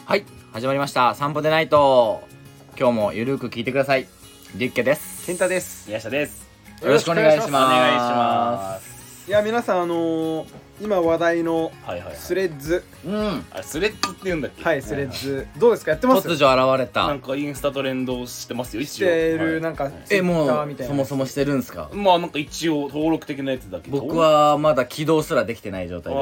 はい、始まりました散歩でナイト。今日もゆるく聞いてください。リュッケです。 健太です。 宮下です。 よろしくお願いします。 お願いします。 いや皆さん今話題のスレッズ、 あれスレッズって言うんだっけ？ はい、スレッズどうですか？やってます？ 突如現れた。 なんかインスタトレンドしてますよ。一応してる、なんかもうそもそもしてるんですか？ まあなんか一応登録的なやつだけど、 僕はまだ起動すらできてない状態です。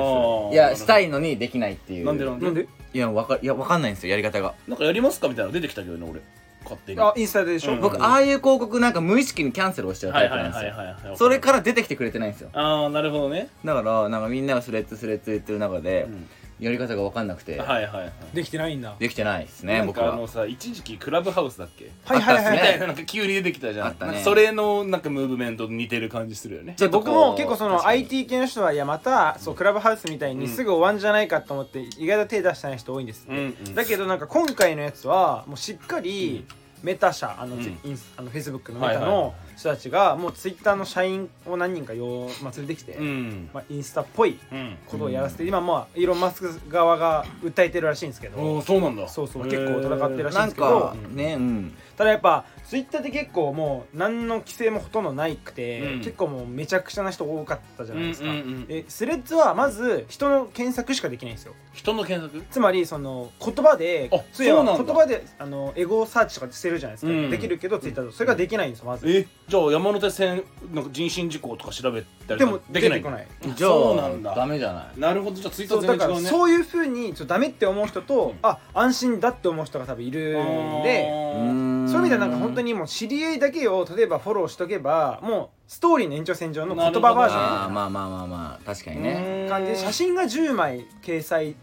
いや、したいのにできないっていう。 なんで？ いやわかんないんですよ、やり方が。 なんかやりますかみたいなの出てきたけどね、俺勝手に。 あ、インスタでしょ。 僕ああいう広告なんか無意識にキャンセルをしちゃうタイプなんですよ。それから出てきてくれてないんですよ。 ああ、なるほどね。 だからなんかみんながスレッズ言ってる中でやり方が分かんなくて、 できてないんだ。 できてないですね。僕はさ、一時期クラブハウスだっけ？ はいはいはいみたいな、なんか急に出てきたじゃん。それのなんかムーブメントと似てる感じするよね。 じゃあ僕も結構その IT 系の人は、いやまたそうクラブハウスみたいにすぐ終わんじゃないかと思って意外と手出してない人多いんですって。だけどなんか今回のやつはもうしっかりメタ社、フェイスブックのメタの人たちがもうツイッターの社員を何人か連れてきて、インスタっぽいことをやらせて、今まあイーロン・マスク側が訴えてるらしいんですけど、 そうなんだ。 そう結構戦ってるらしいんですけど、ただやっぱツイッターって結構もう何の規制もほとんどないくて、結構もうめちゃくちゃな人多かったじゃないですか。でスレッズはまず人の検索しかできないんですよ。 人の検索？ つまりその言葉で言葉でエゴサーチとかしてるじゃないですか。できるけどツイッターだとそれができないんですよまず。 じゃあ山手線なんか人身事故とか調べたりでもできない。 じゃあダメじゃない。 なるほど。じゃあツイッターだからそういう風にダメって思う人と、安心だって思う人が多分いるんで、そういう意味ではなんか本当にもう知り合いだけを例えばフォローしとけばもうストーリーの延長線上の言葉バージョン、 まあ確かにね感じで写真が10枚掲載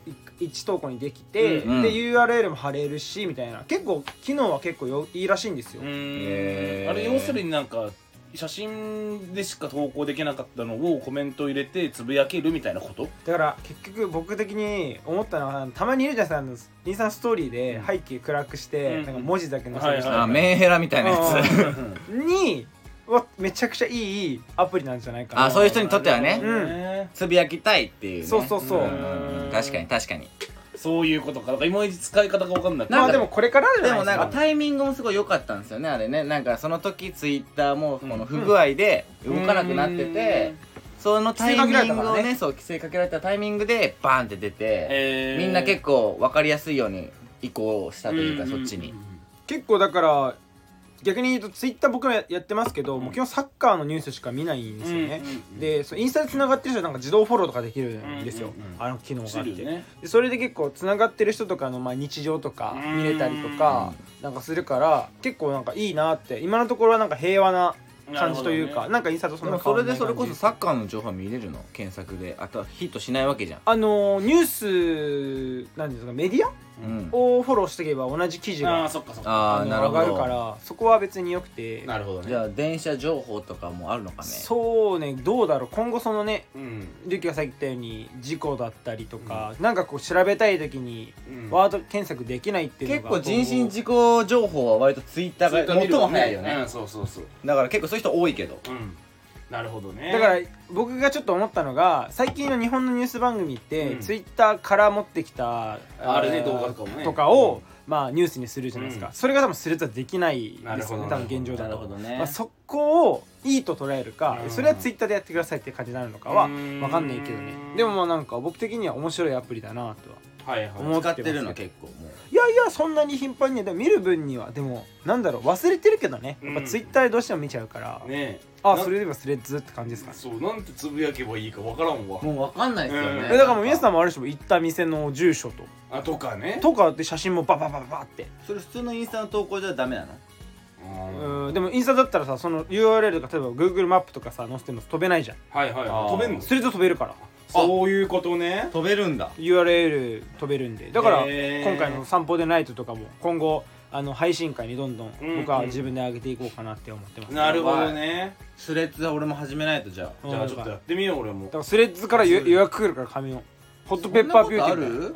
1投稿にできて、で URL も貼れるしみたいな、結構機能は結構いいらしいんですよ。 あれ要するになんか写真でしか投稿できなかったのをコメント入れてつぶやけるみたいなことだから、結局僕的に思ったのはたまにいるじゃないですか、インスタストーリーで背景暗くしてなんか文字だけ載せる人、 メンヘラみたいなやつにめちゃくちゃいいアプリなんじゃないかな。 そういう人にとってはね、つぶやきたいっていうね。 そう確かにそういうことか。だからいまいち使い方が分かんなくて、 まあでもこれからじゃないですか。 でもなんかタイミングもすごい良かったんですよね、あれね。なんかその時ツイッターもこの不具合で動かなくなってて、そのタイミングをね、そう規制かけられたタイミングでバーンって出て、みんな結構分かりやすいように移行したというか、そっちに結構だから逆に言うとツイッター僕はやってますけど、もう基本サッカーのニュースしか見ないんですよね。でインスタでつながってる人はなんか自動フォローとかできるんですよ、あの機能があって。でそれで結構つながってる人とかの日常とか見れたりとかなんかするから、結構なんかいいなって。今のところはなんか平和な感じというか、なんかインスタとそんな変わらない感じ。 それこそサッカーの情報見れるの？検索であとはヒットしないわけじゃん。 ニュースなんですか、メディアをフォローしていけば同じ記事が上がるから、そこは別によくて。 なるほどね。 じゃあ電車情報とかもあるのかね。 そうね、どうだろう。今後そのね、リュウキがさっき言ったように事故だったりとか、なんかこう調べたい時にワード検索できないっていうのが、 結構人身事故情報は割とツイッターが最も早いよね。 そうだから結構そういう人多いけど。 なるほどね。 だから僕がちょっと思ったのが、最近の日本のニュース番組ってツイッターから持ってきたあれね、動画とかをニュースにするじゃないですか。それが多分スレッズはできないですよね、多分現状だと。そこをいいと捉えるか、それはツイッターでやってくださいって感じになるのかは分かんないけどね。でもなんか僕的には面白いアプリだなとは思ってます。 使ってるの結構もう。 いやそんなに頻繁にはでも見る分には、でもなんだろう、忘れてるけどね、やっぱツイッターでどうしても見ちゃうからね。それでもスレッズって感じですかね。 そう、なんてつぶやけばいいかわからんわ。 もうわかんないですよね。 だからもう皆さんもある種行った店の住所とかねとかで写真もバって。 それ普通のインスタの投稿じゃダメなの？ でもインスタだったらさ、その URL が例えば Google マップとかさ載せても飛べないじゃん。 飛べんの？ スレッズ飛べるから。 そういうことね。 飛べるんだ。 URL 飛べるんで。だから今回の散歩でナイトとかも今後配信会にどんどん僕は自分で上げていこうかなって思ってます。 なるほどね。 スレッズは俺も始めないと。じゃあちょっとやってみよう。俺もだからスレッズから予約来るから紙をホットペッパービューティー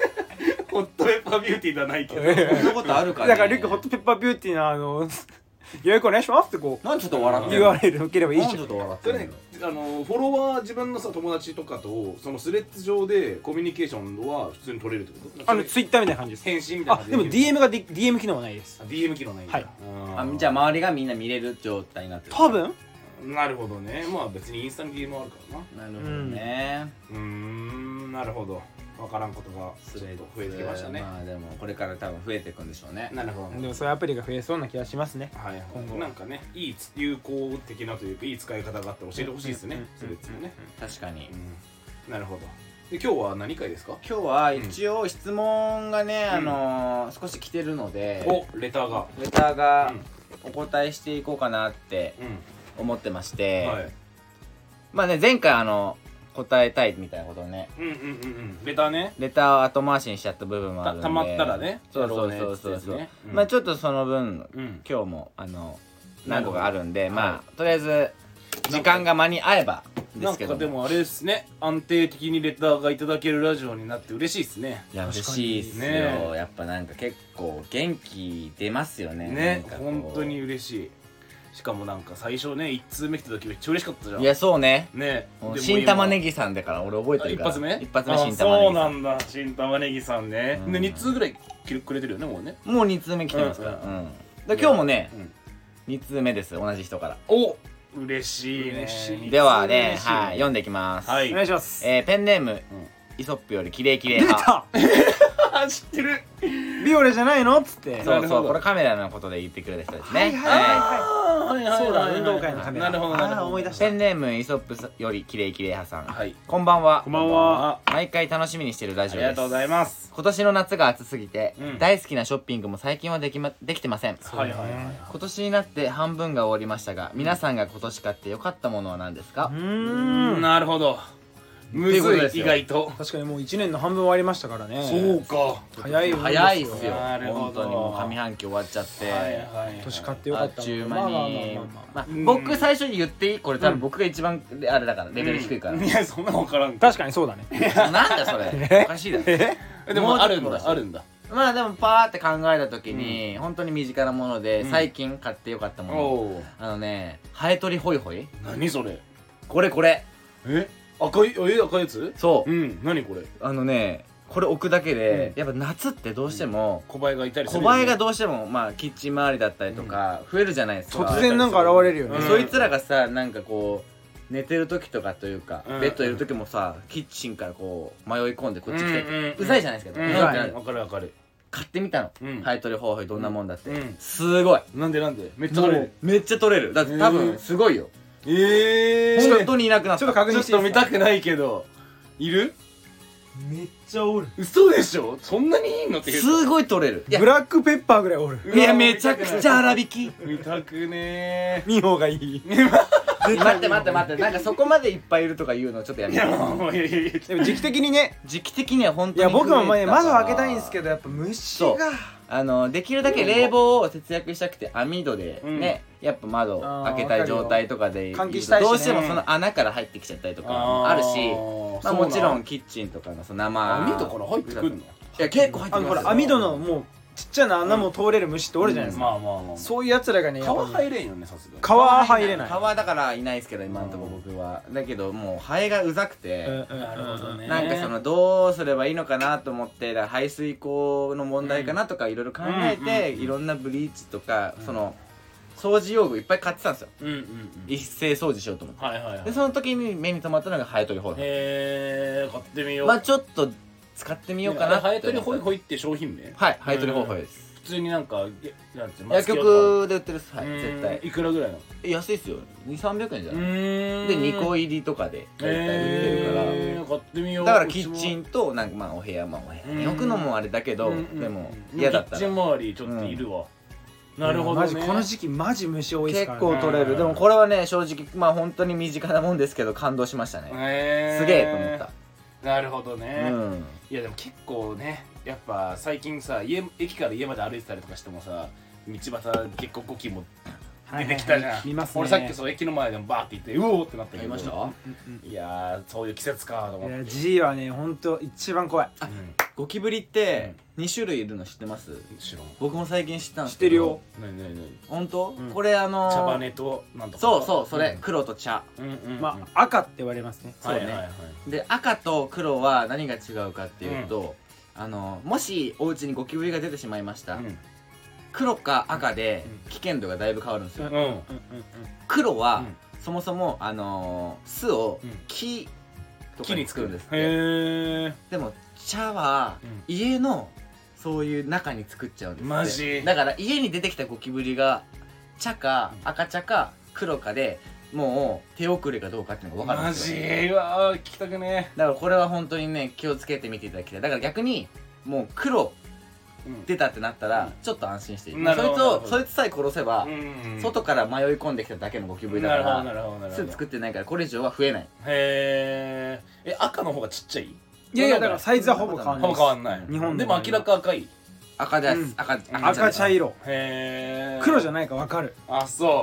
ホットペッパービューティーではないけど、 そんなことあるかね。 だからリュックホットペッパービューティーの予約お願いしますってこうなんちょっと笑ってんの URL 受ければいいじゃん。 なんちょっと笑ってんのよフォロワー自分のさ友達とかとそのスレッズ上でコミュニケーションは普通に取れるってことツイッターみたいな感じです。 返信みたいなあでも DM がDM 機能はないです。 DM 機能ないんだはいじゃあ周りがみんな見れる状態になってる多分なるほどね。まあ別にインスタに DM あるからな。 なるほどねなるほど。分からんことがスレッズ増えてきましたね。 まあでもこれから多分増えていくんでしょうねなるほど。 でもそういうアプリが増えそうな気がしますね。 はい今後なんかね有効的なというかいい使い方があって教えてほしいですねスレッズもね。 確かになるほど。で今日は何回ですか？ 今日は一応質問がね少し来てるのでおレターがレターがお答えしていこうかなって思ってましてまあね前回答えたいみたいなことをねレターねレターを後回しにしちゃった部分もあるんでたまったらねそうまあちょっとその分今日も何個かあるんでまあとりあえず時間が間に合えばですけどなんかでもあれですね安定的にレターがいただけるラジオになって嬉しいですね。 いや嬉しいっすよやっぱなんか結構元気出ますよねね本当に嬉しい。しかもなんか最初ね1通目来た時めっちゃ嬉しかったじゃん。 いやそうねね新玉ねぎさんだから俺覚えてるから一発目新玉ねぎさんそうなんだ新玉ねぎさんねで2通ぐらいくれてるよねもうね。 もう2通目来てますからで今日もね2通目です同じ人からお嬉しいね。 ではねはい読んでいきますお願いします。 ペンネームイソップよりキレイキレイ派出た知ってるビオレじゃないのっつってそうそうこれカメラのことで言ってくれた人ですねそうだ運動会のカメラなるほどなるほど思い出したペンネームイソップよりキレイキレイ派さんこんばんは。 こんばんは。 毎回楽しみにしてるラジオです。 ありがとうございます。 今年の夏が暑すぎて大好きなショッピングも最近はできてません。 はいはいはい。 今年になって半分が終わりましたが皆さんが今年買って良かったものは何ですか？ なるほど。むずい意外と。 確かにもう1年の半分終わりましたからね。 そうか。 早いっすよ。本当にもう上半期終わっちゃって年買ってよかったあっちゅう間に僕最初に言っていい？これ多分僕が一番あれだからレベル低いからいやそんな分からん。 確かにそうだね。 なんだそれおかしいだろ。 でもあるんだあるんだ。 まあでもパーって考えた時に本当に身近なもので最近買ってよかったものハエトリホイホイ。 何それ？ これ赤いやつ？ そう何これ？ これ置くだけでやっぱ夏ってどうしても小映えがいたりする。 小映えがどうしてもまあキッチン周りだったりとか増えるじゃないですか。 突然なんか現れるよね。 そいつらがさなんかこう寝てる時とかというかベッドいる時もさキッチンからこう迷い込んでこっち来たりうざいじゃないですか。 わかるわかる。 買ってみたのハエトリホイホイどんなもんだってすごい。 なんでめっちゃ取れる。 めっちゃ取れる。だって多分すごいよ。本当にいなくなった。 ちょっと確認して。 ちょっと見たくないけどいる？ めっちゃおる。 嘘でしょ？そんなにいいのって言う。 すごい取れる。 ブラックペッパーぐらいおる。 いやめちゃくちゃ粗挽き。 見たくね見ん方がいい。 待ってなんかそこまでいっぱいいるとか言うのちょっとやめて。 でも時期的にね時期的には本当にいや僕も窓開けたいんですけどやっぱ虫ができるだけ冷房を節約したくて網戸でねやっぱ窓開けたい状態とかでどうしてもその穴から入ってきちゃったりとかもあるしまあもちろんキッチンとかの生網戸から入ってくるの？いや結構入ってくる。 ほら網戸のもうちっちゃな穴も通れる虫っておるじゃないですか。そういうやつらがね川入れんよねさすがに。 川入れない。 川だからいないですけど今のところ僕はだけどもうハエがうざくてなんかそのどうすればいいのかなと思って排水口の問題かなとかいろいろ考えていろんなブリーチとかその掃除用具いっぱい買ってたんですよ。一斉掃除しようと思ってでその時に目に留まったのがハエトリホイホイ。 へえ買ってみよう。 まあちょっと使ってみようかなって。 ハエトリホイホイって商品名？ はいハエトリホイホイです。 普通になんか薬局で売ってるっす。はい絶対。 いくらぐらいの？ 安いっすよ。200-300円じゃないで2個入りとかで大体売ってるから買ってみよう。 だからキッチンとなんかまあお部屋に置くのもあれだけどでも嫌だったらキッチン周りちょっといるわ。なるほどね。 マジこの時期マジ虫多いですからね。 結構取れる。でもこれはね正直まあ本当に身近なもんですけど感動しましたね。すげえと思った。 なるほどね。いやでも結構ねやっぱ最近さ駅から家まで歩いてたりとかしてもさ道端結構ゴキも出てきたじゃん。俺さっきそう駅の前でもバーって行ってうおーってなったけど。いやそういう季節かと思って。 G はねほんと一番怖い。 ゴキブリって2種類いるの知ってます？ 知らん。 僕も最近知ったんで知っすけど。 てるよ。 何本当？ うんこれ茶羽となんとか。 そうそれ黒と茶。 まあ赤って言われますね。 そうね。で赤と黒は何が違うかっていうと、もしお家にゴキブリが出てしまいました。黒か赤で危険度がだいぶ変わるんですよ。黒はそもそも巣を木とかに作るんですって。でも茶は家のそういう中に作っちゃうんですって。 マジ？ だから家に出てきたゴキブリが茶か赤茶か黒かでもう手遅れかどうかっていうのが分かるんですよ。 マジ？うわー聞きたくね。 だからこれは本当にね気をつけてみていただきたい。だから逆にもう黒出たってなったらちょっと安心していい。そいつさえ殺せば外から迷い込んできただけのゴキブリだから巣作ってないからこれ以上は増えない。 へえ。赤の方がちっちゃい？ いやいやだからサイズはほぼ変わんない。 ほぼ変わんない。 日本でも明らか赤い。 赤です。 赤茶色。 へえ。 黒じゃないか分かる。 あ、そう。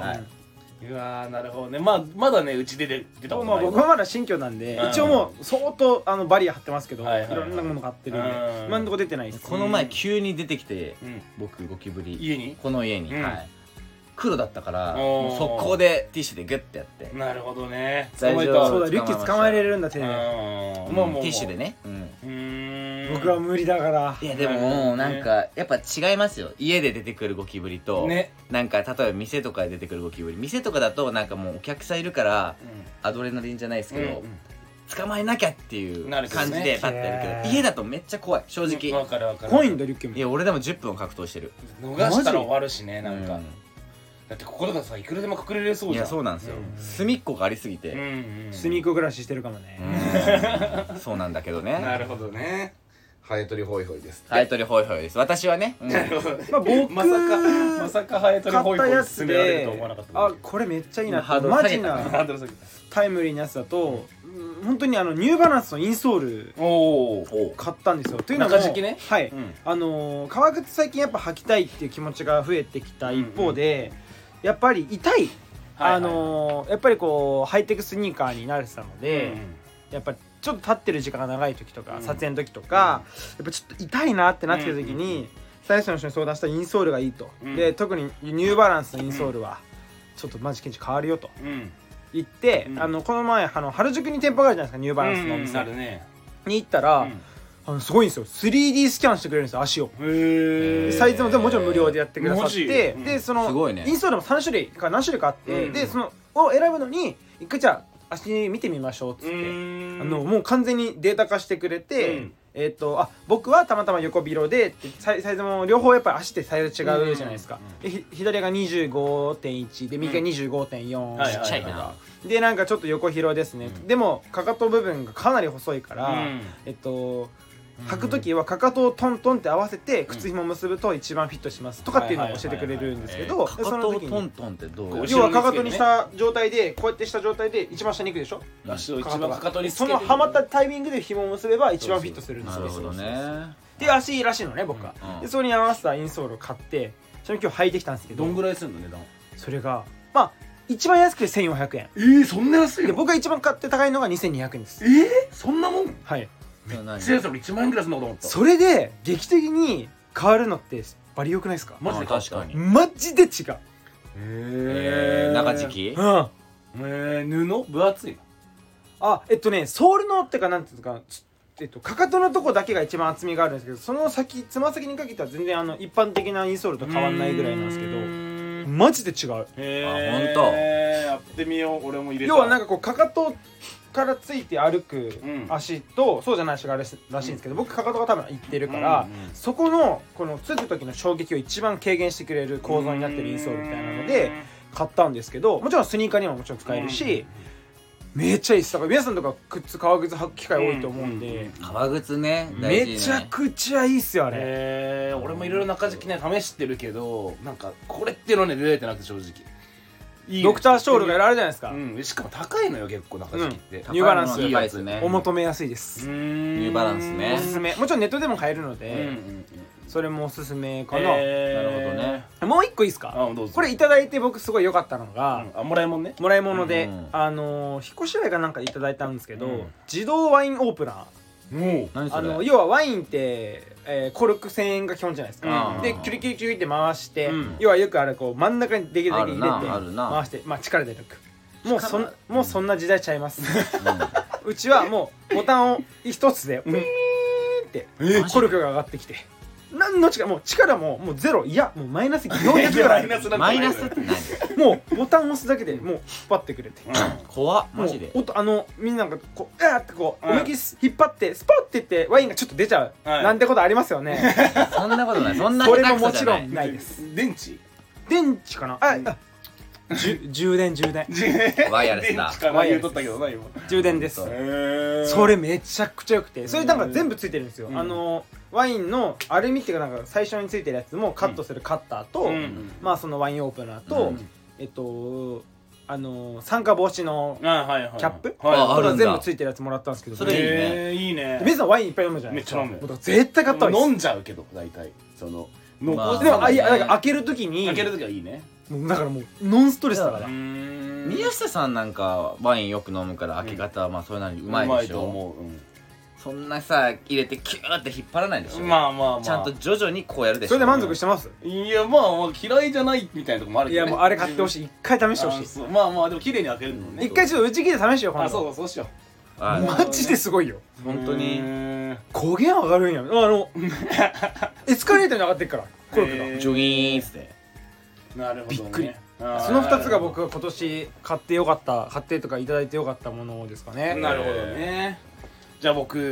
うわーなるほどね。まだねうちで出たことない。 僕はまだ新居なんで一応もう相当バリア張ってますけどいろんなもの買ってるんで今んとこ出てないです。 この前急に出てきて僕ゴキブリ家にこの家に黒だったから速攻でティッシュでグッてやって。 なるほどね。 大丈夫。 そうだリュッキー捕まえれるんだ手で。 ティッシュでね。 僕は無理だから。 いやでももうなんかやっぱ違いますよ。家で出てくるゴキブリとなんか例えば店とかで出てくるゴキブリ。店とかだとなんかもうお客さんいるからアドレナリンじゃないですけど捕まえなきゃっていう感じでパッてやるけど家だとめっちゃ怖い正直。 わかるわかる。 怖いんだリュッキーも。 いや俺でも10分格闘してる。 逃したら終わるしねなんか。だってここだからさいくらでも隠れれそうじゃん。 いやそうなんですよ。隅っこがありすぎて隅っこ暮らししてるかもね。 そうなんだけどね。 なるほどね。ハエトリホイホイです。 ハエトリホイホイです。私はね。 なるほどね。 僕まさかハエトリホイホイ勧められると思わなかった。 あこれめっちゃいいな。マジなタイムリーなやつだと本当にニューバランスのインソール買ったんですよ。というのも中敷きね。 はい革靴最近やっぱ履きたいっていう気持ちが増えてきた一方でやっぱり痛いやっぱりこうハイテクスニーカーに慣れてたのでやっぱりちょっと立ってる時間が長い時とか撮影の時とかやっぱちょっと痛いなってなってた時に最初の人に相談したインソールがいいと。で特にニューバランスのインソールはちょっとマジケンチ変わるよと言ってこの前原宿に店舗があるじゃないですかニューバランスのお店に行ったらすごいんですよ。 3D スキャンしてくれるんですよ足を。サイズももちろん無料でやってくださってでそのインソールも3種類か何種類かあってでそのを選ぶのに一回じゃあ足見てみましょうっつってもう完全にデータ化してくれて僕はたまたま横広でサイズも両方やっぱり足ってサイズ違うじゃないですか。左が 25.1 で右が 25.4 ちっちゃいな。 でなんかちょっと横広ですね。でもかかと部分がかなり細いから履く時はかかとをトントンって合わせて靴紐結ぶと一番フィットしますとかっていうのを教えてくれるんですけどかかとをトントンってどう？ 要はかかとにした状態でこうやってした状態で一番下に行くでしょ。 足を一番かかとにつけてそのはまったタイミングで紐を結べば一番フィットするんですよ。 なるほどね。 で足らしいのね僕は。でそれに合わせたインソールを買ってそれ今日履いてきたんですけどどんぐらいするの値段？ それがまあ一番安くて1400円。 そんな安いの？ で僕が一番買って高いのが2200円です。 そんなもん？ はい。 めっちゃ安い。1万円ぐらいするのかと思った。 それで劇的に変わるのってバリ良くないですか？ マジで確かに。 マジで違う。 中敷き？ 布分厚いの？ソールのってかなんていうかかかとのとこだけが一番厚みがあるんですけどその先つま先にかけては全然一般的なインソールと変わんないぐらいなんですけどマジで違う。 ほんとやってみよう。俺も入れた。 要はなんかこうかかとからついて歩く足とそうじゃない足があるらしいんですけど僕かかとが多分いってるからそこのこのつく時の衝撃を一番軽減してくれる構造になってるインソールみたいなので買ったんですけどもちろんスニーカーにももちろん使えるしめっちゃいいです。だから皆さんとか革靴履く機会多いと思うんで革靴ねめちゃくちゃいいっすよあれ。 俺もいろいろ中敷きね試してるけどなんかこれっていうのね出会えてなくて正直ドクターショールがやられるじゃないですか。 しかも高いのよ結構中敷きってニューバランスいいやつね。 お求めやすいです。 ニューバランスねおすすめ。もちろんネットでも買えるのでそれもおすすめかな。 なるほどね。 もう一個いいですか？これいただいて僕すごい良かったのがもらい物ね。 もらい物で引っ越し祝いかなんかいただいたんですけど自動ワインオープナー何それ。 要はワインってコルク栓が基本じゃないですか。でキュリキュリキュリって回して、要はよくあれこう真ん中にできるだけ入れて回して、まあ力で抜く。もうそんな時代ちゃいます。うちはもうボタンを一つでウィーンってコルクが上がってきて、何の力もう力もうゼロ、いやもうマイナス400ぐらい。 マイナスって何？ もうボタンを押すだけでもう引っ張ってくれて、 怖っマジで。 みんながこうってこう思いっきり引っ張ってスポッていってワインがちょっと出ちゃうなんてことありますよね。 そんなことない。そんなそれももちろんないです。 電池かな。充電ワイヤレスだ。 充電です。それめちゃくちゃ良くて、それなんか全部ついてるんですよ。ワインのアルミっていうかなんか最初についてるやつもカットするカッターと、まあそのワインオープナーと酸化防止のキャップとか全部ついてるやつもらったんですけど、 それいいね。 皆さんワインいっぱい飲むじゃないですか。めっちゃ飲む。絶対買った方がいい。 飲んじゃうけど大体そのでも開ける時はいいね。 だからもうノンストレスだから。 宮下さんなんかワインよく飲むから開け方はまあそれなりにうまいでしょ。そんなさ入れてキューって引っ張らないでしょ。 まあちゃんと徐々にこうやるでしょ。 それで満足してます？ いやまあ嫌いじゃないみたいなとこもあるけど。 いやもうあれ買ってほしい。一回試してほしい。 まあでも綺麗に開けるのね。 一回ちょっとうち来て試しよう。 そうしよう。マジですごいよ。 本当に焦げ上がるんや。エスカレーターに上がってっからコルクがジョギーンって。 なるほどね。 びっくり。その2つが僕が今年買ってとかいただいてよかったものですかね。 なるほどね。じゃあ僕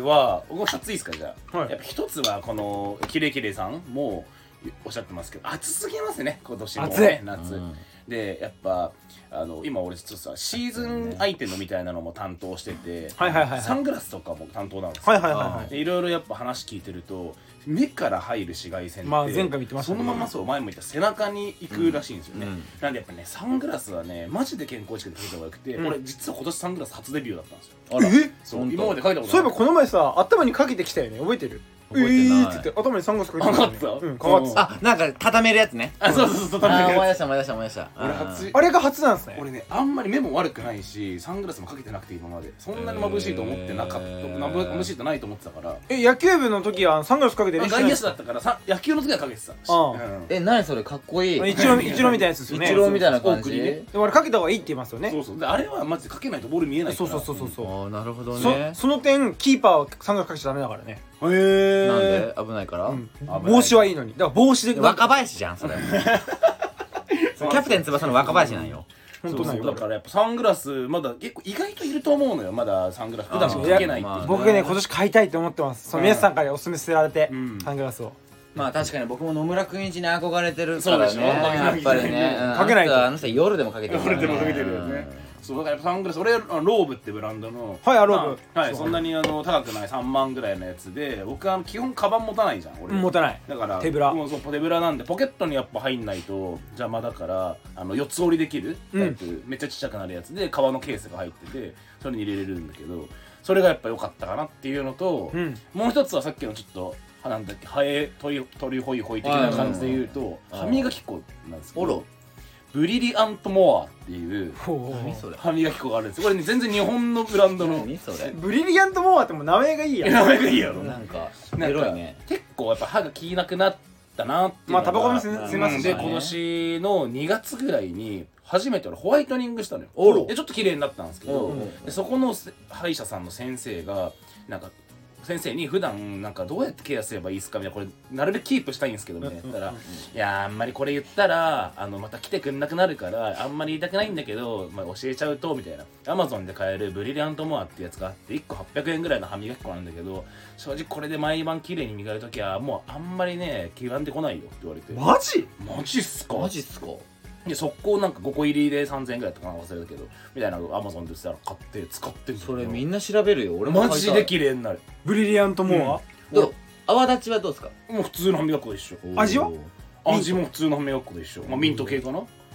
2ついいですか。じゃあやっぱ1つはこのキレキレさんもおっしゃってますけど暑すぎますね今年もね夏で。やっぱ今俺ちょっとさシーズンアイテムみたいなのも担当してて、サングラスとかも担当なんですよ。いろいろやっぱ話聞いてると目から入る紫外線って前回見てましたね。 そのまま前も言った背中に行くらしいんですよね。なんでやっぱねサングラスはねマジで健康意識でかけた方がよくて、俺実は今年サングラス初デビューだったんですよ。そう今までかけたことない。 そういえばこの前さ頭にかけてきたよね。覚えてる？ 覚えてないって言って頭にサングラスかけてかかった。 かかってた。 なんか畳めるやつね。 そう思い出したあれが初なんですね。 俺ねあんまり目も悪くないしサングラスもかけてなくて今までそんなに眩しいと思ってなかった。眩しいとないと思ってたから。 野球部の時はサングラスかけて練習外野手だったから野球の時はかけてた。 何それかっこいい。 一郎みたいなやつですよね。 一郎みたいな感じで。 俺かけた方がいいって言いますよね。 そうであれはマジでかけないとボール見えないから。 そうなるほどね。 その点キーパーはサングラスかけちゃダメだからね。 なんで危ないから。 帽子はいいのに。だから帽子で若林じゃんそれ。キャプテン翼の若林なんよ。 本当だからやっぱサングラスまだ結構意外といると思うのよ。まだサングラス普段かけないっていう。 僕ね今年買いたいと思ってます。皆さんからおすすめされてサングラスを。 まあ確かに僕も野村くん一に憧れてるからね。やっぱりねかけないと。 あの人夜でもかけてる。 夜でもかけてるよね。そうだからサングラス俺ローブってブランドのローブそんなに高くない3万ぐらいのやつで、僕基本カバン持たないじゃん俺。 持たない。 だから手ぶら。 そう手ぶらなんでポケットにやっぱ入んないと邪魔だから4つ折りできるタイプめっちゃちっちゃくなるやつで革のケースが入っててそれに入れれるんだけど、それがやっぱ良かったかなっていうのと、もう一つはさっきのちょっとなんだっけハエトリホイホイ的な感じで言うと歯磨き粉なんですけど、ブリリアントモアっていう歯磨き粉があるんですよ。これね全然日本のブランドの。 ブリリアントモアってもう名前がいいやん。 名前がいいやろ。 なんかエロいね。 結構やっぱ歯が効いなくなったなっていうのが。 タバコも吸いますしで今年の2月ぐらいに初めて俺ホワイトニングしたのよ。でちょっと綺麗になったんですけど、そこの歯医者さんの先生がなんか先生に普段なんかどうやってケアすればいいですかみたいな、これなるべくキープしたいんですけどみたいな言ったら、いやあんまりこれ言ったらまた来てくんなくなるからあんまり言いたくないんだけど、教えちゃうとみたいな。アマゾンで買えるブリリアントモアってやつがあって1個800円ぐらいの歯磨き粉なんだけど、正直これで毎晩綺麗に磨くときはもうあんまりね黄ばんでこないよって言われて。 マジっすか。 マジっすか。 で速攻なんか5個入りで3000円ぐらいとか忘れたけどみたいなのを Amazon で売ってたら買って使ってる。 それみんな調べるよ。俺もマジで綺麗になる。 ブリリアントモア。 泡立ちはどうですか。 もう普通の歯磨き粉で一緒。 味は味も普通の歯磨き粉で一緒。ミント系かな。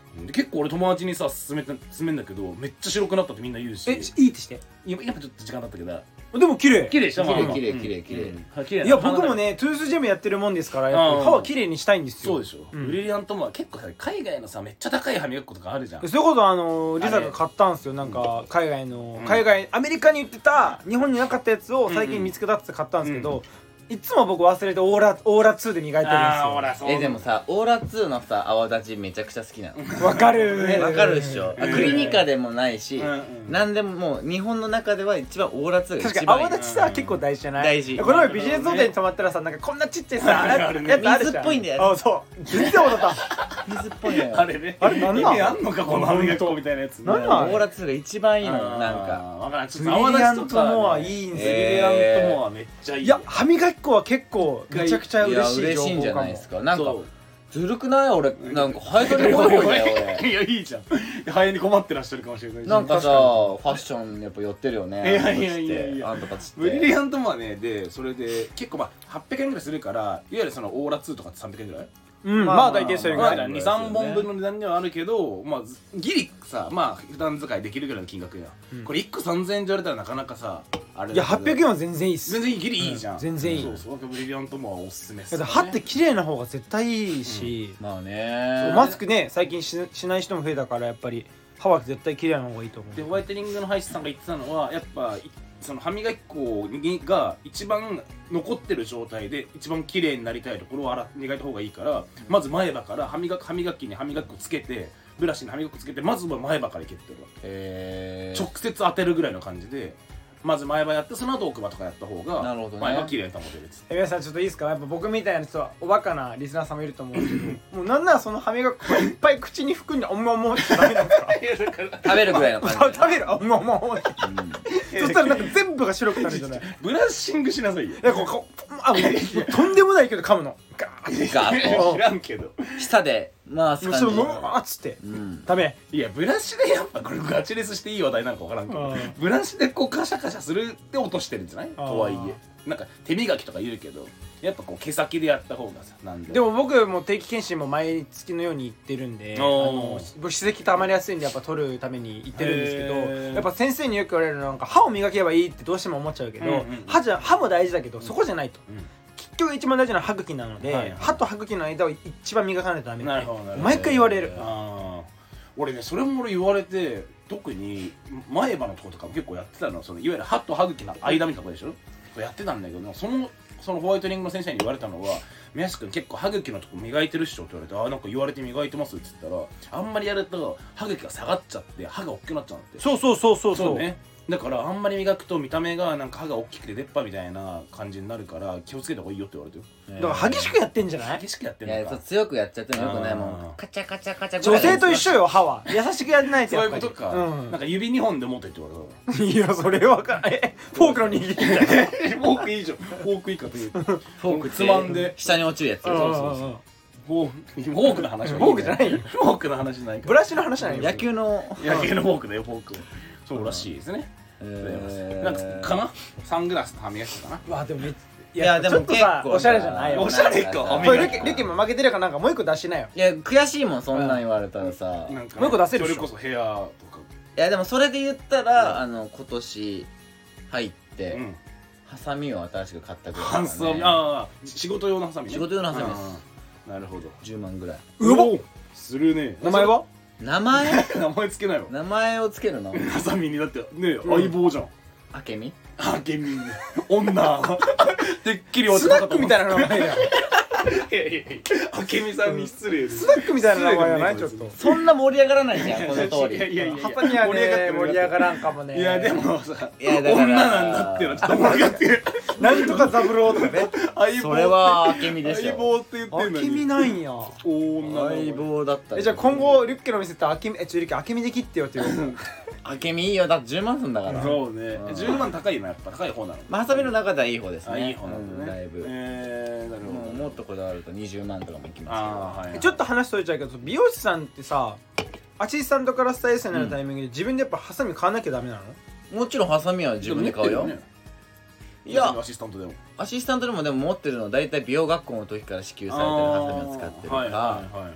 結構俺友達にさ勧めんだけどめっちゃ白くなったってみんな言うし。 いいってして。 やっぱちょっと時間だったけどでも綺麗綺麗でしょ。 綺麗。 いや僕もねトゥースジェムやってるもんですからやっぱり歯は綺麗にしたいんですよ。 そうでしょ。ブリリアントモア結構さ海外のさめっちゃ高い歯磨き粉とかあるじゃん。 それこそリサが買ったんですよ。なんか海外アメリカに売ってた日本になかったやつを最近見つけたって買ったんですけど、いつも僕忘れてオーラ2で磨いてるんですよ。 でもさオーラ2のさ泡立ちめちゃくちゃ好きなの。 わかるわかるでしょ。クリニカでもないし何でももう日本の中では一番オーラ2が一番いい。 確かに泡立ちさ結構大事じゃない？ 大事。 この前ビジネスホテルに泊まったらさなんかこんなちっちゃいさやつあるじゃん。 水っぽいんだよ。 あそう全然泡立った水っぽいのよ。 あれね。 あれなんなん？ 意味あんのかこの歯磨き粉みたいなやつ。 なんなん？ オーラ2が一番いいのよ。なんかわからん。 ブリリアントモアいいんですよ。 ブリリアントモアめっちゃいい。 いや歯磨き粉は結構めちゃくちゃ嬉しい情報かも。 嬉しいんじゃないですか。なんかずるくない俺なんかハエ取り怖いんだよ俺。 いやいいじゃん。ハエに困ってらっしゃるかもしれない。 なんかさファッションやっぱ寄ってるよね。 いやあんたたちって。ブリリアントモアねでそれで結構まあ800円ぐらいするからいわゆるそのオーラ2とかって300円ぐらい。 まあ大体それぐらい 23本分の値段ではあるけどまあギリさまあ普段使いできるぐらいの金額や。これ1個3000円って言われたらなかなかさあれ。 いや800円は全然いいっす。 全然ギリいいじゃん。 全然いい。 そうブリリアントモアおすすめっす。 歯って綺麗な方が絶対いいし、 まあねマスクね最近しない人も増えたからやっぱり歯は絶対綺麗な方がいいと思う。 でホワイトニングの歯医者さんが言ってたのはやっぱその歯磨き粉が一番残ってる状態で一番綺麗になりたいところを磨いた方がいいからまず前歯から歯磨きに歯磨き粉つけてブラシに歯磨き粉つけてまずは前歯からいけってるわ。直接当てるぐらいの感じでまず前歯やってその後奥歯とかやった方が前歯綺麗に保てるっつって。 皆さんちょっといいですか？やっぱ僕みたいな人はおバカなリスナーさんもいると思うんですけどもうなんならその歯磨き粉いっぱい口に含んでおもおもってダメなんですか？ 食べるぐらいの感じ。 食べるおもおもってそしたらなんか全部が白くなるじゃない。 ブラッシングしなさいよ。 いやとんでもないけど噛むのガーッと知らんけど舌でまあそれもうっつってダメ。 いやブラシでやっぱこれガチレスしていい話題なのか分からんけどブラシでこうカシャカシャするって落としてるんじゃない？とはいえなんか手磨きとか言うけどやっぱこう毛先でやった方がさなんで。 でも僕も定期検診も毎月のように行ってるんで歯石溜まりやすいんでやっぱ取るために行ってるんですけどやっぱ先生によく言われるのはなんか歯を磨けばいいってどうしても思っちゃうけど歯も大事だけどそこじゃないと。結局一番大事なのは歯茎なので歯と歯茎の間を一番磨かないとダメって毎回言われる。 俺ねそれも俺言われて特に前歯のとことか結構やってたの。そのいわゆる歯と歯茎の間みたいなとこでしょやってたんだけどそのホワイトニングの先生に言われたのは「宮下君結構歯茎のとこ磨いてるっしょ」って言われて「あなんか言われて磨いてます」って言ったらあんまりやると歯茎が下がっちゃって歯が大きくなっちゃうんだって。そうね。だからあんまり磨くと見た目がなんか歯が大きくて出っ歯みたいな感じになるから気をつけた方がいいよって言われてる。 だから激しくやってんじゃない？ 激しくやってんのか。いや強くやっちゃってもよくないもん。カチャカチャカチャ。 女性と一緒よ歯は。優しくやってないとやっぱり。 そういうことか。なんか指2本で持ってって言われた。 いやそれはかフォークの握りみたいな。 フォークいいじゃん。フォークいいかという。フォークつまんで下に落ちるやつ。 フォークの話。 フォークじゃないよ。 フォークの話じゃない。 ブラシの話じゃない。 野球のフォークだよフォーク。そうらしいですね。なんかなサングラスと歯磨き粉かな。 わでもいやでも結構おしゃれじゃないよ。 おしゃれか。 これリュキも負けてるからなんかもう一個出しなよ。 いや悔しいもんそんなん言われたらさ。 もう一個出せる。 それこそヘアとか。 いやでもそれで言ったら今年入ってハサミを新しく買ったぐらい。 ハサミああ仕事用のハサミ。 仕事用のハサミです。 なるほど。 10万ぐらい。 うわするね。 名前は？ 名前つけなよ。 名前をつけるの？ ハサミにだってね相棒じゃん。 あけみ？ あけみ女てっきりスナックみたいな名前だよ。 いやあけみさんに失礼です。 スナックみたいな名前じゃないちょっと。 そんな盛り上がらないじゃんこの通り。 ハサミはね盛り上がらんかもね。 いやでもさ女なんだってのちょっと盛り上がってる。 なんとかザブローとかね。 それはあけみでしょ。 相棒って言ってんのに。 あけみなんや。 相棒だった。 じゃあ今後リュッケの店ってあけみリュッケあけみで切ってよって言う。 あけみいいよだって10万すんだから。 そうね。10万高いのやっぱ高い方なの。 ハサミの中ではいい方ですね。 いい方なんだね。 だいぶ。 なるほど。 もっとこだわると20万とかもいきますけど。 ちょっと話取れちゃうけど美容師さんってさアシスタントからスタイリストになるタイミングで自分でやっぱハサミ買わなきゃダメなの？ もちろんハサミは自分で買うよ。 いやアシスタントでもアシスタントでも持ってるのは大体美容学校の時から支給されてるハサミを使ってるから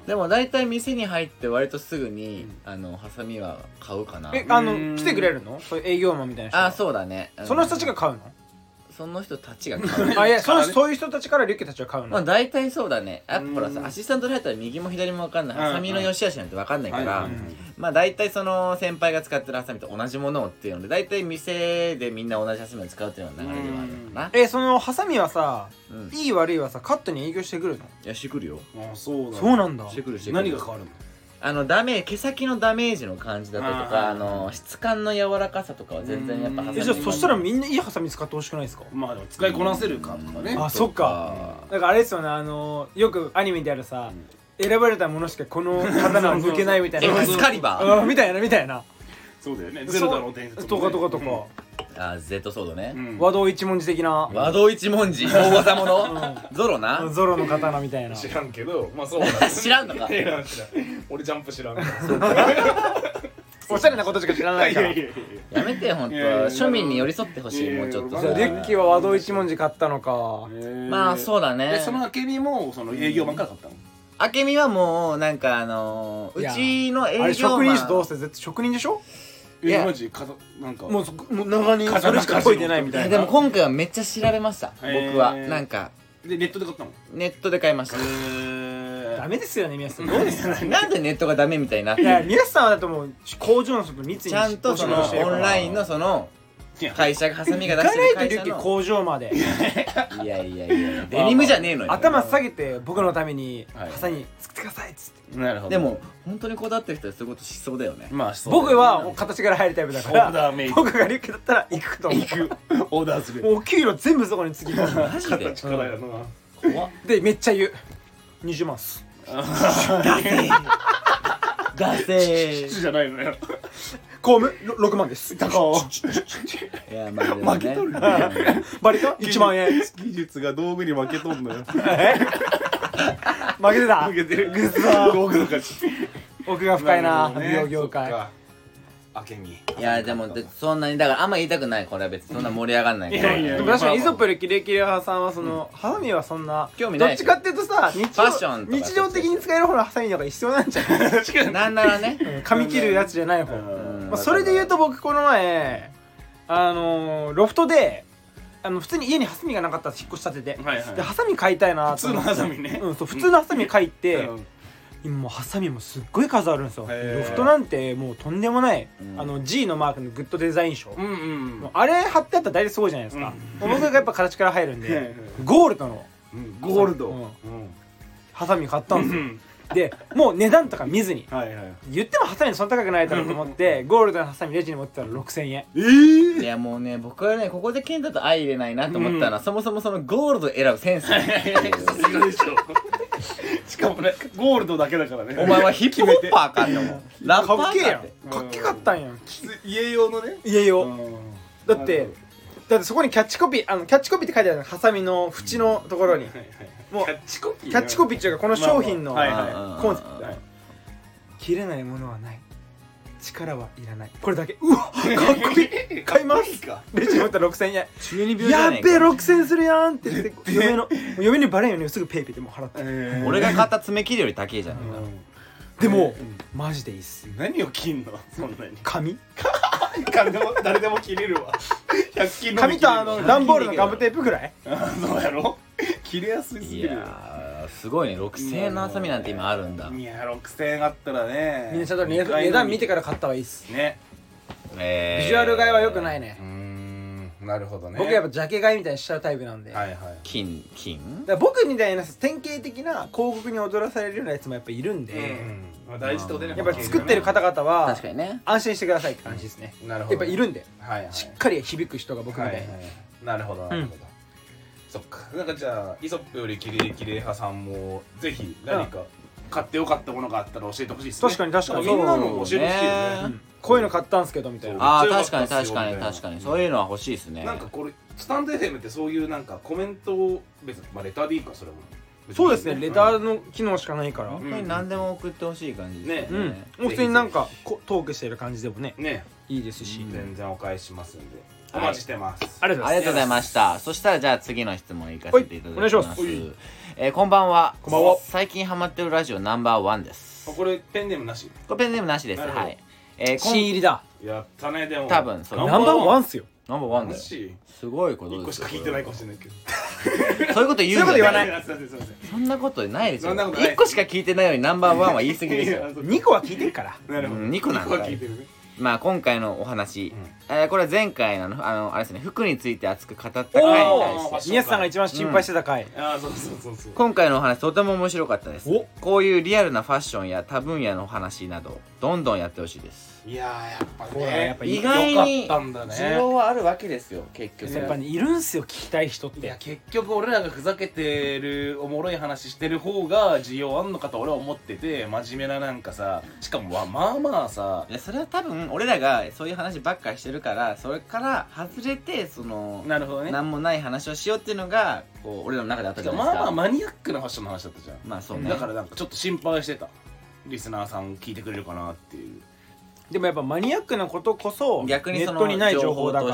でも大体店に入って割とすぐにハサミは買うかな。 来てくれるの？そういう営業マンみたいな人。 あ、そうだね。 その人たちが買うの？ その人たちが買う。 あ、いや、そういう人たちからリュッケたちは買うの？ まあ大体そうだね。やっぱほらさ、アシスタントで入ったら右も左も分かんない、ハサミの良し悪しなんて分かんないから、まあ大体その先輩が使ってるハサミと同じものをっていうので、大体店でみんな同じハサミを使うっていうのが流れではあるのかな。 そのハサミはさ、いい悪いはさ、カットに営業してくるの？ いや、してくるよ。 あ、そうなんだ。 してくる。 何が変わるの？ 毛先のダメージの感じだったりとか、質感の柔らかさとかは全然やっぱハサミ。 じゃあそしたらみんないいハサミ使ってほしくないですか？ まあでも使いこなせるかとかね。 あ、そっか。だからあれですよね、よくアニメであるさ、選ばれたものしかこの刀は抜けないみたいな。 エクスカリバーみたいな。 そうだよね。ゼルダの伝説とか。 あ、Z ソードね。 和道一文字的な。 和道一文字大技者ゾロな。 ゾロの刀みたいな。 知らんけど、まあそうなんだ。 知らんのか。 俺ジャンプ知らんから。 おしゃれなことしか知らないから。 やめて、ほんと庶民に寄り添ってほしい。もうちょっとさ。 リュッキーは和道一文字買ったのか。 まあそうだね。 その明美もその営業マンから買ったの？ 明美はもうなんかうちの営業マン、あれ職人どうせ絶対職人でしょ？ マジなんかもう長年それしか解いてないみたいな。 でも今回はめっちゃ調べました。僕はなんかでネットで買ったの？ ネットで買いました。 ダメですよね、宮下さん。どうですか？ なんでネットがダメみたいになって。 いや、宮下さんはだともう工場の外密にちゃんとそのオンラインのその会社がハサミが出してる会社の工場まで。 いやデニムじゃねえのよ。 頭下げて僕のためにハサミ作ってくださいっつって。 なるほど。 でも本当にこだわってる人はそういうことしそうだよね。 まあ僕はもう形から入るタイプだから僕がリュッケだったら行くと思う。 オーダーする。 もう給料全部そこにつぎ込む。 マジで形からやな。 怖っ。 でめっちゃ言う。20万っす。 出せじゃないのよ。 公務6万です。 高いや、まあ負けとる。 バリか1万円。 技術が道具に負けとんのよ。 負けてた。 負けてる。 グッ道具の価値。 奥が深いな、美容業界。 明美。 いやでもそんなにだからあんま言いたくない。これは別にそんな盛り上がんないから。 でも確かにイソップよりキレキレ派さんはそのハサミはそんな興味ない。 どっちかっていうとさ、日常的に使える方のハサミの方が必要なんじゃない？ なんならね、 髪切るやつじゃない方。それで言うと僕この前ロフトで普通に家にハサミがなかったら引っ越したてでハサミ買いたいな。 普通のハサミね。 普通のハサミ買いって今もうハサミもすっごい数あるんですよ。ロフトなんてもうとんでもない、G のマークのグッドデザイン賞、あれ貼ってあったら大体すごいじゃないですか。僕がやっぱ形から入るんでゴールドのハサミ買ったんですよ。でもう値段とか見ずに言ってもハサミそんな高くないだろうと思ってゴールドのハサミレジに持ってたら6000円。 いやもうね、僕はねここでケンタと相入れないなと思ったのは、そもそもそのゴールド選ぶセンス。 しかもねゴールドだけだからね。 お前はヒップホッパーかんのもラッパーかっけえやん。かっけかったんやん。 家用のね。 家用だってそこにキャッチコピーキャッチコピーって書いてあるの、ハサミの縁のところに。もうキャッチコピーっていうかこの商品のコンセプト。切れないものはない、力はいらない、これだけ。うわかっこいい、買います。レジ持ったら6000円。 中二病じゃねえか。 やっべえ6000円するやんって言って嫁にバレんようにすぐペイペイでもう払って。 俺が買った爪切りより高いじゃん。 でもマジでいいっす。 何を切んのそんなに。 紙誰でも切れるわ。100均の紙と段ボールのガムテープぐらい。 そうやろ。切れやすいすぎる。 いやすごいね。6000円のハサミなんて今あるんだ。 いや6000円あったらね。 みんなちゃんと値段見てから買った方がいいっすね。 ビジュアル買いは良くないね。 なるほどね。 僕やっぱジャケ買いみたいにしちゃうタイプなんで。 金だから僕みたいな典型的な広告に踊らされるようなやつもやっぱいるんで、 大事ってことね。 やっぱ作ってる方々は確かにね、 安心してくださいって感じですね。 なるほど。 やっぱいるんでしっかり響く人が僕みたいに。 なるほどなるほど。そっか。なんかじゃあイソップよりキレキレ派さんもぜひ何か買ってよかったものがあったら教えてほしいですね。 確かに確かに。 みんなのも教えてほしいよね。 こういうの買ったんすけどみたいな。 ああ確かにそういうのは欲しいですね。 なんかこれスタンド FM ってそういうなんかコメントを別にレターでいいかそれも。 そうですね、レターの機能しかないから本当に何でも送ってほしい感じですね。 普通になんかトークしてる感じでもねいいですし、 全然お返ししますんで。 お待ちしてます。 ありがとうございました。そしたらじゃあ次の質問いかせていただきます。 お願いします。こんばんは。 こんばんは。 最近ハマってるラジオナンバーワンです。 これペンネームなし？ これペンネームなしです。はい。 新入りだ。 やったね。でも多分そう。 ナンバーワンっすよ。 ナンバーワンだよ。すごいことです。 1個しか聞いてないかもしれないけど。 そういうこと言う。 そういうこと言わない。 そんなことないですよ。1個しか聞いてないのにナンバーワンは言い過ぎですよ。 2個は聞いてるから。 なるほど。 2個なんだ。まあ今回のお話、これは前回のあれですね、服について熱く語った回に対して宮さんが一番心配してた回、 今回のお話とても面白かったです。こういうリアルなファッションや他分野の話などどんどんやってほしいです。 いややっぱね、 意外に需要はあるわけですよ。結局やっぱいるんすよ、聞きたい人って。 いや結局俺らがふざけてるおもろい話してる方が需要あんのかと俺は思ってて、真面目ななんかさ、しかもまあまあさ、 いやそれは多分俺らがそういう話ばっかりしてるから、それから外れてそのなるほどね、 なんもない話をしようっていうのがこう俺らの中であったじゃないですか。 まあまあマニアックなファッションの話だったじゃん。 まあそうね。 だからなんかちょっと心配してた、リスナーさん聞いてくれるかなっていう。 でもやっぱマニアックなことこそ逆にネットにない情報だから、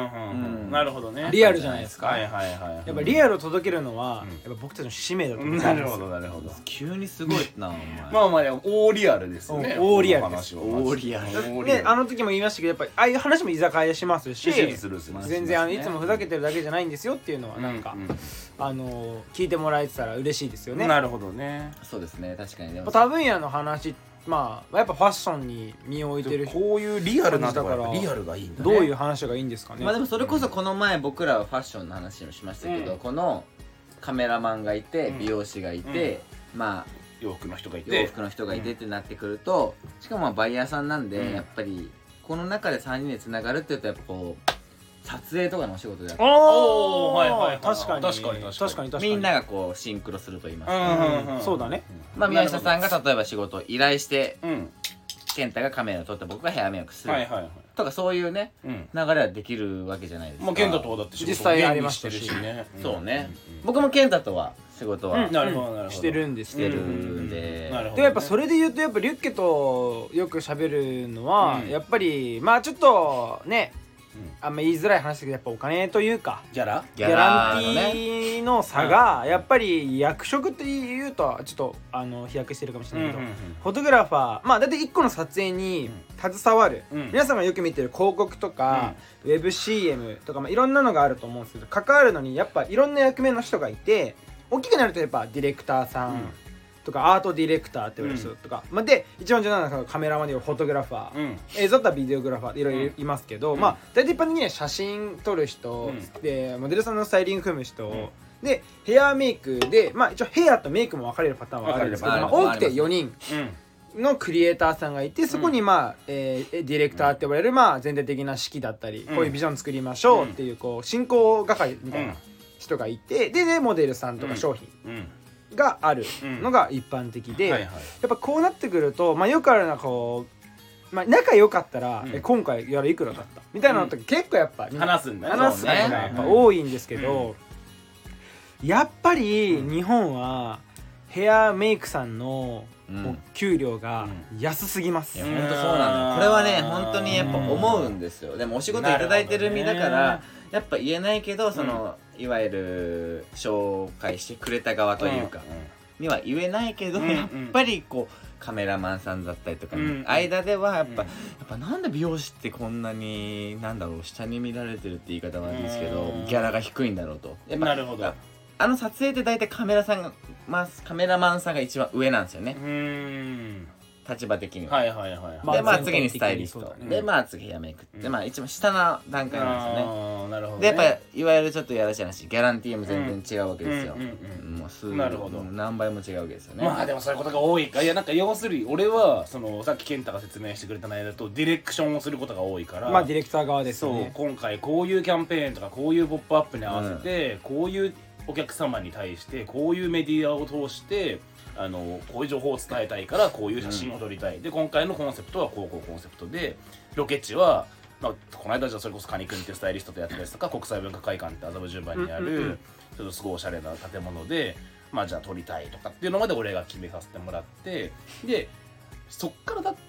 なるほどね、 リアルじゃないですか。 はいはいはい。 やっぱリアルを届けるのはやっぱ僕たちの使命だと思うんですよ。 なるほどなるほど。 急にすごいなお前。 まあまあ大リアルですよね。 大リアルです。 大リアル。 であの時も言いましたけど、やっぱりああいう話も居酒屋でしますし、全然いつもふざけてるだけじゃないんですよっていうのはなんか聞いてもらえてたら嬉しいですよね。 なるほどね。 そうですね、確かに。 多分野の話、まあやっぱファッションに身を置いてる、 こういうリアルなだからリアルがいいんだね。 どういう話がいいんですかね。 まあでもそれこそこの前僕らはファッションの話をしましたけど、このカメラマンがいて美容師がいて、まあ洋服の人がいてってなってくると、しかもバイヤーさんなんでやっぱりこの中で3人でつながるっていうとやっぱこう撮影とかのお仕事であって、 確かにみんながこうシンクロすると言いますか、 そうだね。 まあ宮下さんが例えば仕事を依頼して健太がカメラを撮って僕がヘアメイクするとか、そういうね流れはできるわけじゃないですか。 まあ健太とはだって実際ありましたしね。 そうね、僕も健太とは仕事はしてるんですしてるんで、 でもやっぱそれで言うとやっぱリュッケとよく喋るのはやっぱりまあちょっとね、あんま言いづらい話だけどやっぱお金というかギャランティーの差がやっぱり役職っていうとちょっと飛躍してるかもしれないけど、フォトグラファーまあ大体1個の撮影に携わる、皆さんがよく見てる広告とか、ウェブ CM とか、まあ、いろんなのがあると思うんですけど、関わるのにやっぱいろんな役目の人がいて、大きくなるとやっぱディレクターさんとかアートディレクターって言われる人とか、まあ、で一番重要なのはカメラマンでフォトグラファー、映像だったらビデオグラファーいろいろいますけど、まあ大体一般的には写真撮る人、でモデルさんのスタイリング組む人、でヘアメイクで、まあ一応ヘアとメイクも分かれるパターンはあるんですけど、まあ、多くて4人のクリエイターさんがいて、そこにまあ、ディレクターって呼ばれるまあ全体的な指揮だったり、こういうビジョン作りましょうっていうこう進行係みたいな人がいて、でモデルさんとか商品があるのが一般的で、やっぱこうなってくると、まあ、よくあるのはこう、まあ、仲良かったら、今回やるいくらだったみたいなのと結構やっぱ話すのがやっぱ多いんですけど、やっぱり日本はヘアメイクさんのお給料が安すぎます。 いや本当そうなんだよ。これはね本当にやっぱ思うんですよ。でもお仕事いただいてる身だからやっぱ言えないけど、そのいわゆる紹介してくれた側というかには言えないけど、やっぱりこうカメラマンさんだったりとかの間ではやっぱなんで美容師ってこんなになんだろう下に見られてるって言い方はあるんですけど、ギャラが低いんだろうと。 なるほど。 撮影って大体カメラマンさんが一番上なんですよね、立場的には。でまあ次にスタイリストで、まあ次ヘアメイクってまあ一番下の段階なんですよね。でやっぱいわゆるちょっとやらしい話、ギャランティーも全然違うわけですよ。もう数何倍も違うわけですよね。 まあでもそういうことが多いか。いやなんか要するに俺はそのさっき健太が説明してくれた内容だとディレクションをすることが多いから、 まあディレクター側ですね。 そう今回こういうキャンペーンとかこういうポップアップに合わせて、こういうお客様に対してこういうメディアを通してこういう情報を伝えたいからこういう写真を撮りたい、で今回のコンセプトはこうコンセプトで、ロケ地は、まあ、この間じゃそれこそカニ君っていうスタイリストとやったりとか、国際文化会館って麻布十番にあるちょっとすごいおしゃれな建物で、まあじゃあ撮りたいとかっていうのまで俺が決めさせてもらって、でそっからだって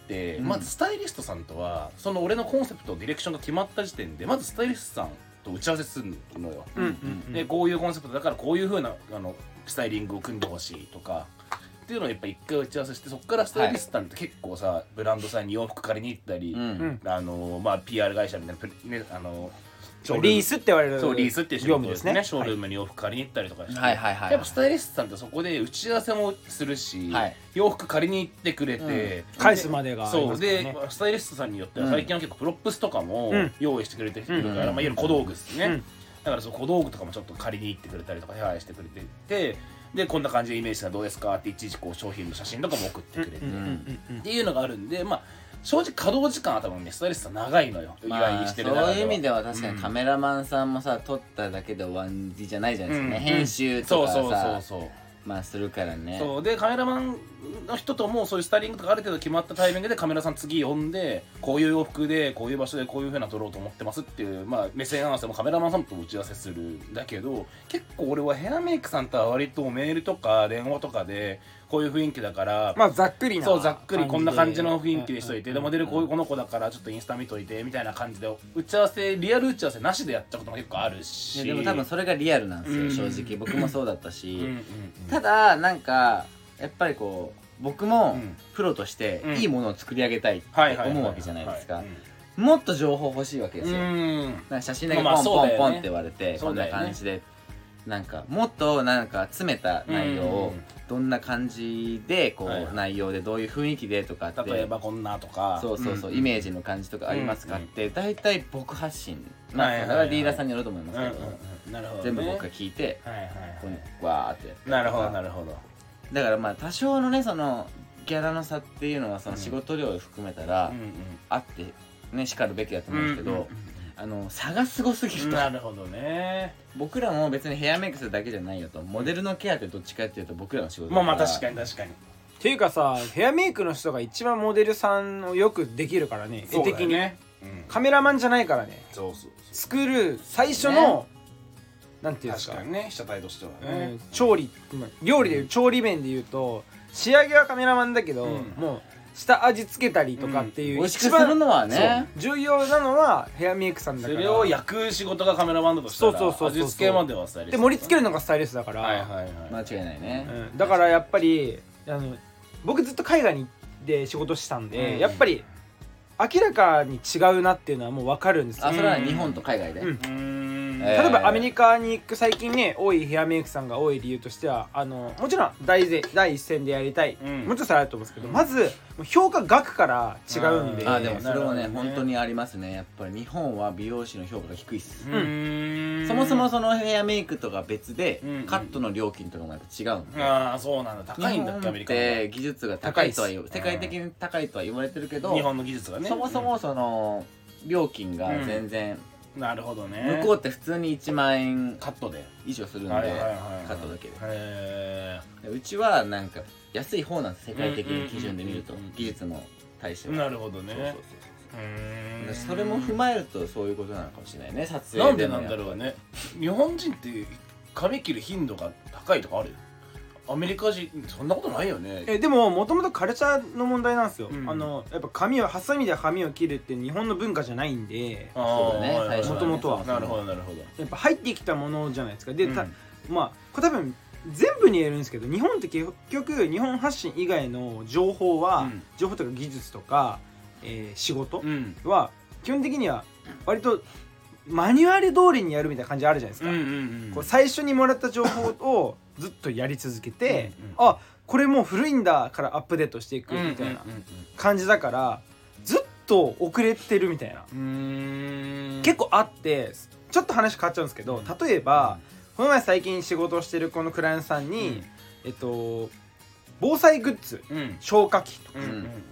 ってまずスタイリストさんとはその俺のコンセプトディレクションが決まった時点でまずスタイリストさんと打ち合わせするのよ。でこういうコンセプトだからこういう風なスタイリングを組んでほしいとかっていうのをやっぱ一回打ち合わせして、そこからスタイリストさんって結構さブランドさんに洋服借りに行ったり、まあ PR 会社みたいなねリースって言われるそうリースっていう仕事ですね。ショールームに洋服借りに行ったりとかして、やっぱスタイリストさんってそこで打ち合わせもするし、洋服借りに行ってくれて返すまでがそうでスタイリストさんによっては最近は結構プロップスとかも用意してくれてるから、まあいわゆる小道具ですね。だからその小道具とかもちょっと借りに行ってくれたりとか手配してくれてて、でこんな感じでイメージしたらどうですかっていちいちこう商品の写真とかも送ってくれてっていうのがあるんで、まあ正直稼働時間は多分ねスタイリストさん長いのよ。 まあそういう意味では確かにカメラマンさんもさ撮っただけで終わりじゃないじゃないですかね、編集とかさまあするからね。 そうでカメラマンの人ともそういうスタイリングとかある程度決まったタイミングでカメラさん次呼んでこういう洋服でこういう場所でこういう風な撮ろうと思ってますっていう、まあ、目線合わせもカメラマンさんと打ち合わせするんだけど、結構俺はヘアメイクさんとは割とメールとか電話とかでこういう雰囲気だからまあざっくりなそうざっくりこんな感じの雰囲気にしといて、でモデルこの子だからちょっとインスタ見といてみたいな感じで打ち合わせリアル打ち合わせなしでやったことも結構あるし、 でも多分それがリアルなんですよ、正直僕もそうだったし、ただなんかやっぱりこう僕もプロとしていいものを作り上げたいって思うわけじゃないですか。もっと情報欲しいわけですよ。なんか写真だけポンポンポンって言われてこんな感じで、なんかもっとなんか詰めた内容をどんな感じでこう内容でどういう雰囲気でとかって、 例えばこんなとかそうイメージの感じとかありますかって大体僕発信なんかだからディーラーさんによると思いますけど、全部僕が聞いてわーって。 なるほどなるほど。 だからまあ多少のねそのギャラの差っていうのはその仕事量を含めたらあってねしかるべきだと思うんですけど、差がすごすぎると。 なるほどね。 僕らも別にヘアメイクするだけじゃないよと、モデルのケアってどっちかっていうと僕らの仕事だから。 まあ確かに確かに。 っていうかさ、ヘアメイクの人が一番モデルさんをよくできるからね、絵的にカメラマンじゃないからね。作る最初のなんていうんですか、 確かにね、被写体としてはね、 調理料理でいう調理面でいうと仕上げはカメラマンだけど、もう下味付けたりとかっていう、 美味しくするのはね重要なのはヘアメイクさんだから、 それを焼く仕事がカメラマンだとしたら味付けまではスタイリストで盛り付けるのがスタイリストだから、 間違いないね。 だからやっぱり僕ずっと海外で仕事したんで、やっぱり明らかに違うなっていうのはもう分かるんですよ。 それは日本と海外で。 例えばアメリカに行く最近ね多いヘアメイクさんが多い理由としてはもちろん第一線でやりたい、もちろんそれあると思うんですけど、まず評価額から違うんで。 でもそれはね本当にありますね。やっぱり日本は美容師の評価が低いっす。そもそもそのヘアメイクとか別でカットの料金とかもやっぱ違うんで。 そうなんだ。高いんだっけアメリカって技術が高いとは世界的に高いとは言われてるけど、 日本の技術がねそもそもその料金が全然なるほどね。 向こうって普通に1万円カットで以上するんで、カットだけで。うちはなんか安い方なんです、世界的に基準で見ると技術の対象。 なるほどね。 それも踏まえるとそういうことなのかもしれないね。撮影でなんでなんだろうね。日本人って髪切る頻度が高いとかある？アメリカ人そんなことないよね。 でももともとカルチャーの問題なんですよ。やっぱ髪をハサミで髪を切るって日本の文化じゃないんで。 そうだね。 もともとは。 なるほどなるほど。 やっぱ入ってきたものじゃないですか。で、まあこれ多分全部に言えるんですけど、日本って結局日本発信以外の情報は、情報とか技術とか、仕事は基本的には割とマニュアル通りにやるみたいな感じあるじゃないですか。こう最初にもらった情報をずっとやり続けて、あ、これもう古いんだからアップデートしていくみたいな感じだから、ずっと遅れてるみたいな結構あって、ちょっと話変わっちゃうんですけど、例えばこの前最近仕事をしてるこのクライアントさんに、防災グッズ、消火器とか、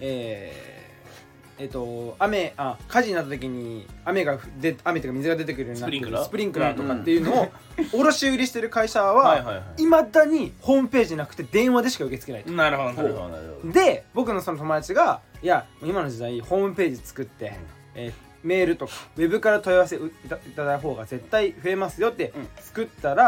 火事になった時に雨というか水が出てくるようになってるスプリンクラーとかっていうのを卸売りしてる会社はいまだにホームページなくて電話でしか受け付けないと。 なるほどなるほど。 で僕のその友達が「いや今の時代ホームページ作って、メールとかウェブから問い合わせいただいた方が絶対増えますよ」って作ったら、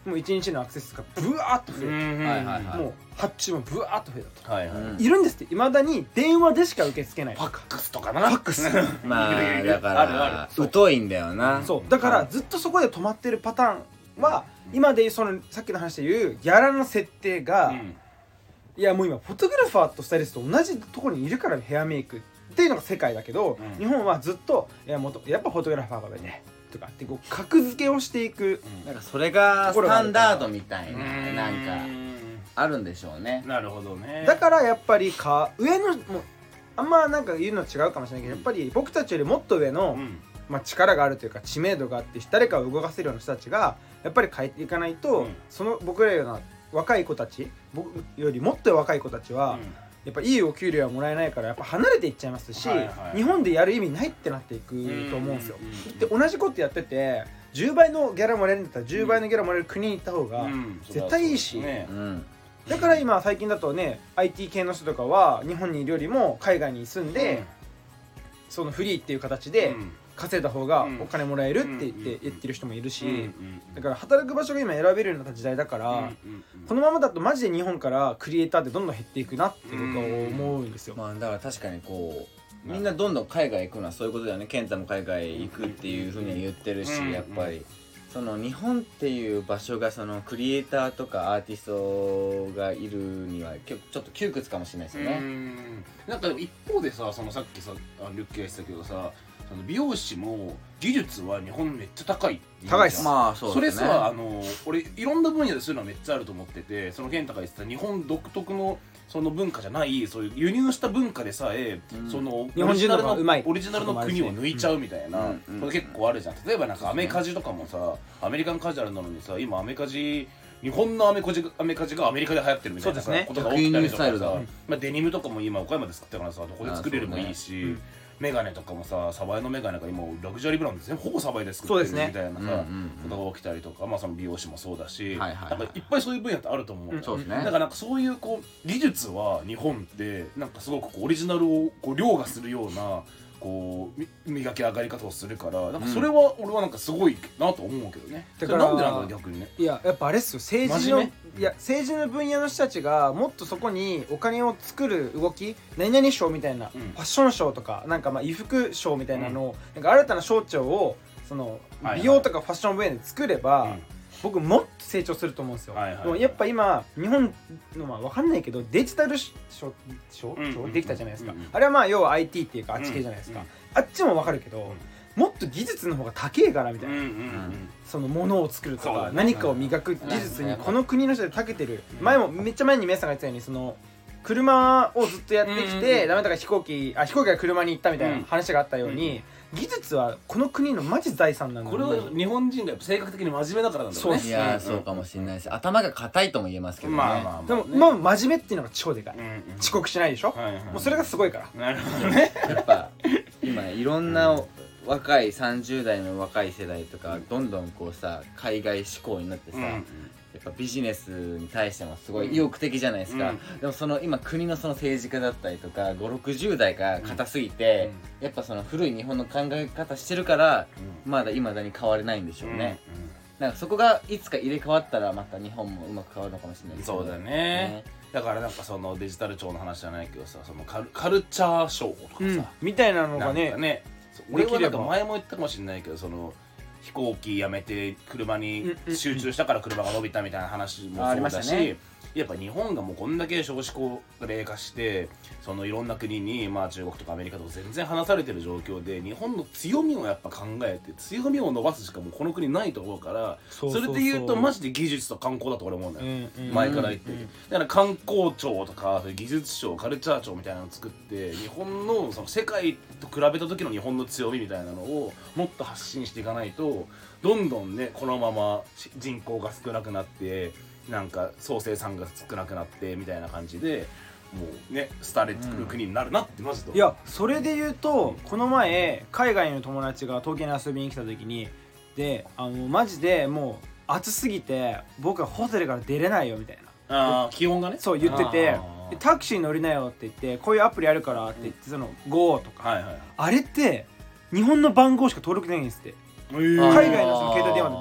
もう1日のアクセス数がブワーッと増えた、もう発注もブワーッと増えたと、いるんですって。いまだに電話でしか受け付けない。 ファックスとかな。 ファックスまあだから疎いんだよな。 そうだからずっとそこで止まってるパターンは、今でそのさっきの話で言うギャラの設定が、いやもう今フォトグラファーとスタイリストと同じところにいるからヘアメイクっていうのが世界だけど、日本はずっとやっぱフォトグラファーが上でとかってこう格付けをしていく、 なんかそれがスタンダードみたいななんかあるんでしょうね。 なるほどね。 だからやっぱり上のもうあんまなんか言うの違うかもしれないけど、やっぱり僕たちよりもっと上の、まあ、力があるというか知名度があって誰かを動かせるような人たちがやっぱり変えていかないと、その僕らような若い子たち、僕よりもっと若い子たちは、やっぱいいお給料はもらえないからやっぱ離れていっちゃいますし、日本でやる意味ないってなっていくと思うんですよ。で同じことやってて10倍のギャラもらえるんだったら10倍のギャラもらえる国に行った方が絶対いいし、だから今最近だとね IT 系の人とかは日本にいるよりも海外に住んで、そのフリーっていう形で稼いだ方がお金もらえるって言ってる人もいるし、だから働く場所が今選べるようになった時代だから、このままだとマジで日本からクリエイターってどんどん減っていくなって僕は思うんですよ。 まあだから確かにこうみんなどんどん海外行くのはそういうことだよね。健太も海外行くっていうふうに言ってるし、やっぱりその日本っていう場所がそのクリエイターとかアーティストがいるにはちょっと窮屈かもしれないですよね。 なんか一方でさ、そのさっきさルッキーが言ってたけどさ、その美容師も技術は日本めっちゃ高いっていう。 高いっす。 まあそうですね。 それさ俺いろんな分野でするのはめっちゃあると思ってて、その健太が言ってた日本独特のその文化じゃない、そういう輸入した文化でさえ、その日本人のうまいオリジナルの国を抜いちゃうみたいなこれ結構あるじゃん。例えばなんかアメカジとかもさ、アメリカンカジュアルなのにさ、今アメカジ日本のアメカジがアメリカで流行ってるみたいなことが起きたりとかさ、デニムとかも今岡山で作ってるからさ、どこで作れるもいいし、メガネとかもさ、サバイのメガネが今ラグジュアリーブランドですね、ほぼサバイで作ってるみたいなさことが起きたりとか、まあその美容師もそうだし、なんかいっぱいそういう分野ってあると思う。 そうですね。 だからなんかそういうこう技術は日本ってなんかすごくオリジナルをこう凌駕するようなこう磨き上がり方をするから、なんかそれは俺はなんかすごいなと思うけどね。だからなんでなんだろう逆にね。 いややっぱあれっすよ、政治の分野の人たちがもっとそこにお金を作る動き、何々賞みたいな、ファッション賞とかなんかまあ衣服賞みたいなのを、なんか新たな省庁をその美容とかファッション分野で作れば、僕もっと成長すると思うんですよ。でもやっぱ今日本のまあ分かんないけどデジタル賞できたじゃないですか。あれはまあ要は IT っていうかあっち系じゃないですか。あっちも分かるけど、もっと技術の方が高えからみたいな、そのものを作るとか何かを磨く技術にこの国の人で長けてる。めっちゃ前に皆さんが言ってたように、その車をずっとやってきてダメだから飛行機が車に行ったみたいな話があったように、技術はこの国のマジ財産なのに、 これは日本人がやっぱ性格的に真面目だからなんだろうね。 いやそうかもしれないし、頭が硬いとも言えますけどね。 でもまあ真面目っていうのが超でかい。遅刻しないでしょ。もうそれがすごいから。 なるほどね。 やっぱ今いろんな若い30代の若い世代とかどんどんこうさ海外志向になってさ、やっぱビジネスに対してもすごい意欲的じゃないですか。でもその今国のその政治家だったりとか5、60代が硬すぎて、やっぱその古い日本の考え方してるからまだ未だに変われないんでしょうね。なんかそこがいつか入れ替わったらまた日本もうまく変わるのかもしれないですね。 そうだね。だからなんかそのデジタル庁の話じゃないけどさ、そのカルチャーショーとかさ、 みたいなのがね、 俺はなんか前も言ったかもしれないけど、その飛行機やめて車に集中したから車が伸びたみたいな話もそうだし、やっぱ日本がもうこんだけ少子高齢化してそのいろんな国にまあ中国とかアメリカとか全然離されてる状況で、日本の強みをやっぱ考えて強みを伸ばすしかもうこの国ないと思うから、それで言うとマジで技術と観光だと俺思うんだよ、前から言ってる。だから観光庁とか技術庁カルチャー庁みたいなのを作って、日本のその世界と比べた時の日本の強みみたいなのをもっと発信していかないと、どんどんねこのまま人口が少なくなってなんか総生産が少なくなってみたいな感じでもうね廃れてくる国になるなってマジで。 いやそれで言うと、この前海外の友達が東京に遊びに来た時にマジでもう暑すぎて僕はホテルから出れないよみたいな、気温がねそう言ってて、タクシー乗りなよって言って、こういうアプリあるからって言って、その GO とか、あれって日本の番号しか登録できないんですって。海外のその携帯電話で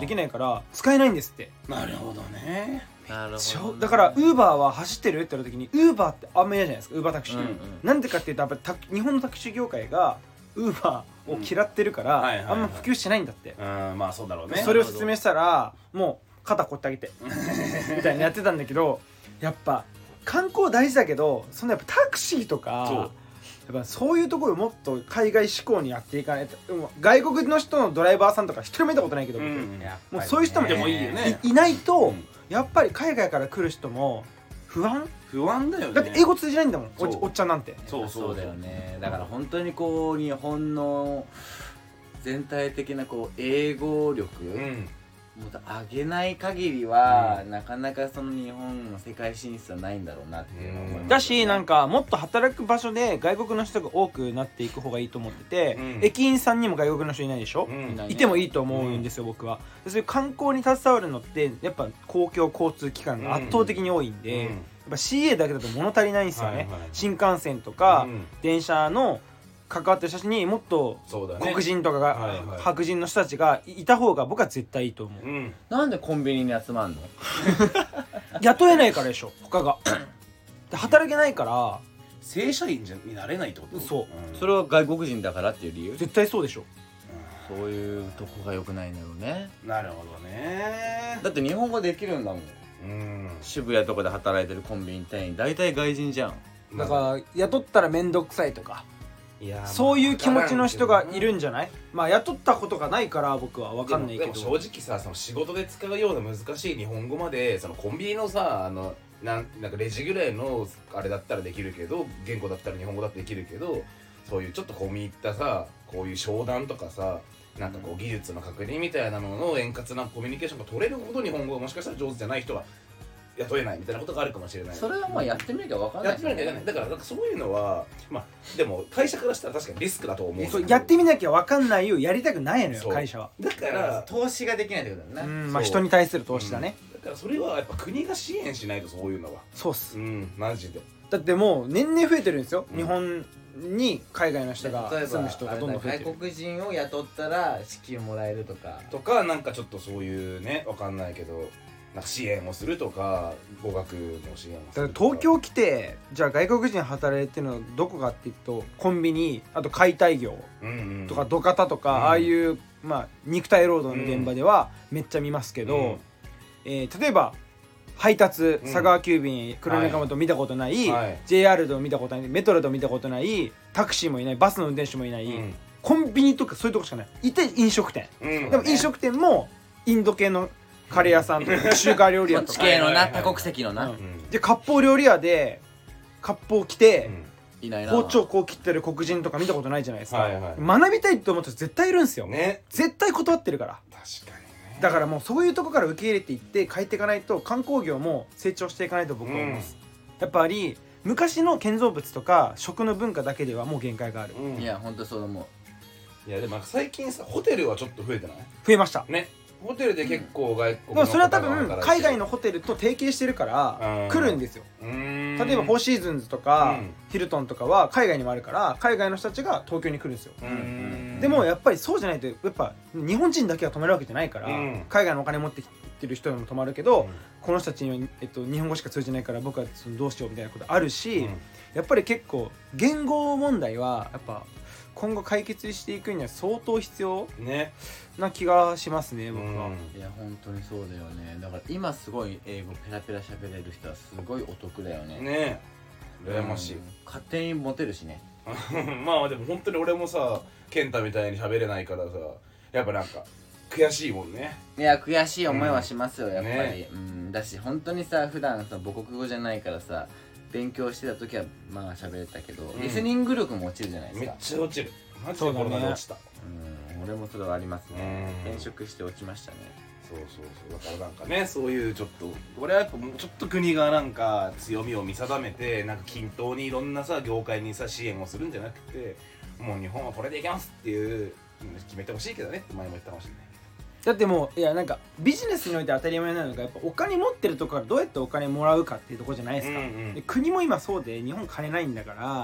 できないから使えないんですって。 なるほどね。 なるほど。 だからウーバーは走ってるって言った時にウーバーってあんま嫌じゃないですか、ウーバータクシー。なんでかっていうとやっぱ日本のタクシー業界がウーバーを嫌ってるからあんま普及してないんだって。 まあそうだろうね。 それを説明したらもう肩こってあげてみたいにやってたんだけど、やっぱ観光大事だけどそのやっぱタクシーとかやっぱそういうところをもっと海外志向にやっていかないと。外国の人のドライバーさんとか一人も見たことないけど、もうそういう人もいないとやっぱり海外から来る人も不安だよね。 だって英語通じないんだもん、おっちゃんなんて。 そうだよね。だから本当にこう日本の全体的なこう英語力もっと上げない限りは、なかなかその日本の世界進出はないんだろうなっていうのを思いますね。 だしなんかもっと働く場所で外国の人が多くなっていく方がいいと思ってて、駅員さんにも外国の人いないでしょ、いてもいいと思うんですよ、僕は。そういう観光に携わるのってやっぱ公共交通機関が圧倒的に多いんで、やっぱ CA だけだと物足りないんですよね。新幹線とか電車の関わってる人たちにもっと黒人とかが白人の人たちがいた方が僕は絶対いいと思う。 なんでコンビニに集まんの？ 雇えないからでしょ、他が。で働けないから正社員になれないってこと？ そう、 それは外国人だからっていう理由？ 絶対そうでしょ。 そういうとこが良くないんだろうね。 なるほどね。 だって日本語できるんだもん。渋谷とかで働いてるコンビニ店員大体外人じゃん。 だから雇ったら面倒くさいとかそういう気持ちの人がいるんじゃない？まあ雇ったことがないから僕は分かんないけど。 でも正直さ、その仕事で使うような難しい日本語までそのコンビニのさなんかレジぐらいのあれだったらできるけど、言語だったら日本語だってできるけど、そういうちょっと込み入ったさ、こういう商談とかさ、なんかこう技術の確認みたいなのの円滑なコミュニケーションが取れるほど日本語がもしかしたら上手じゃない人は雇えないみたいなことがあるかもしれない。 それはまあやってみなきゃ分かんない、 やってみなきゃいけない。だからなんかそういうのはまあでも会社からしたら確かにリスクだと思う。 そうやってみなきゃ分かんないよ、やりたくないのよ会社は。 だから投資ができないってことだよね。 まあ人に対する投資だね。 だからそれはやっぱ国が支援しないと、そういうのは。 そうっす。 マジで。 だってもう年々増えてるんですよ、日本に海外の人が住む人がどんどん増えてる。 外国人を雇ったら支給もらえるとかなんかちょっとそういうね、分かんないけどなんか支援をするとか、語学の支援をするとか。 東京来てじゃあ外国人働いてるのどこかっていうと、コンビニ、あと解体業とか土方とか、ああいうまあ肉体労働の現場ではめっちゃ見ますけど、例えば配達、佐川急便、黒猫もと見たことない、JR でも見たことない、メトロでも見たことない、タクシーもいない、バスの運転手もいない、コンビニとかそういうとこしかない。いて飲食店、でも飲食店もインド系のカレー屋さんとか中華料理屋とか地形のな、多国籍のな、 で割烹料理屋で割烹着て、 いないな、 包丁こう切ってる黒人とか見たことないじゃないですか。学びたいと思ったら絶対いるんですよ、絶対断ってるから。 確かに。 だからもうそういうとこから受け入れていって変えていかないと、観光業も成長していかないと僕は思います。やっぱり昔の建造物とか食の文化だけではもう限界がある。 いや本当そう思う。いやでも最近さ、ホテルはちょっと増えてない？ 増えましたね。 ホテルで結構外国の方が、でもそれは多分海外のホテルと提携してるから来るんですよ。例えばフォーシーズンズとかヒルトンとかは海外にもあるから、海外の人たちが東京に来るんですよ。でもやっぱりそうじゃないと、やっぱ日本人だけが泊まるわけじゃないから、海外のお金持ってきてる人でも泊まるけど、この人たちには、日本語しか通じないから僕はどうしようみたいなことあるし、やっぱり結構言語問題はやっぱ今後解決していくには相当必要な気がしますね、僕は。 いや本当にそうだよね。だから今すごい英語ペラペラ喋れる人はすごいお得だよね。 ねえ、羨ましい。 勝手にモテるしね。 まあでも本当に俺もさ、健太みたいに喋れないからさ、やっぱなんか悔しいもんね。 いや悔しい思いはしますよ、やっぱり。だし本当にさ、普段さ母国語じゃないからさ、勉強してた時はまあ喋れたけど、リスニング力も落ちるじゃないですか。 めっちゃ落ちる。マジでコロナで落ちた。 俺もそれはありますね。転職して落ちましたね。 そうだからなんかね、そういうちょっとこれはやっぱもうちょっと国がなんか強みを見定めて、なんか均等にいろんなさ業界にさ支援をするんじゃなくて、もう日本はこれでいきますっていう決めてほしいけどねって前も言ったかもしれない。 だってもういやなんかビジネスにおいて当たり前なのが、やっぱお金持ってるとこからどうやってお金もらうかっていうところじゃないですか。で国も今そうで、日本金ないんだから、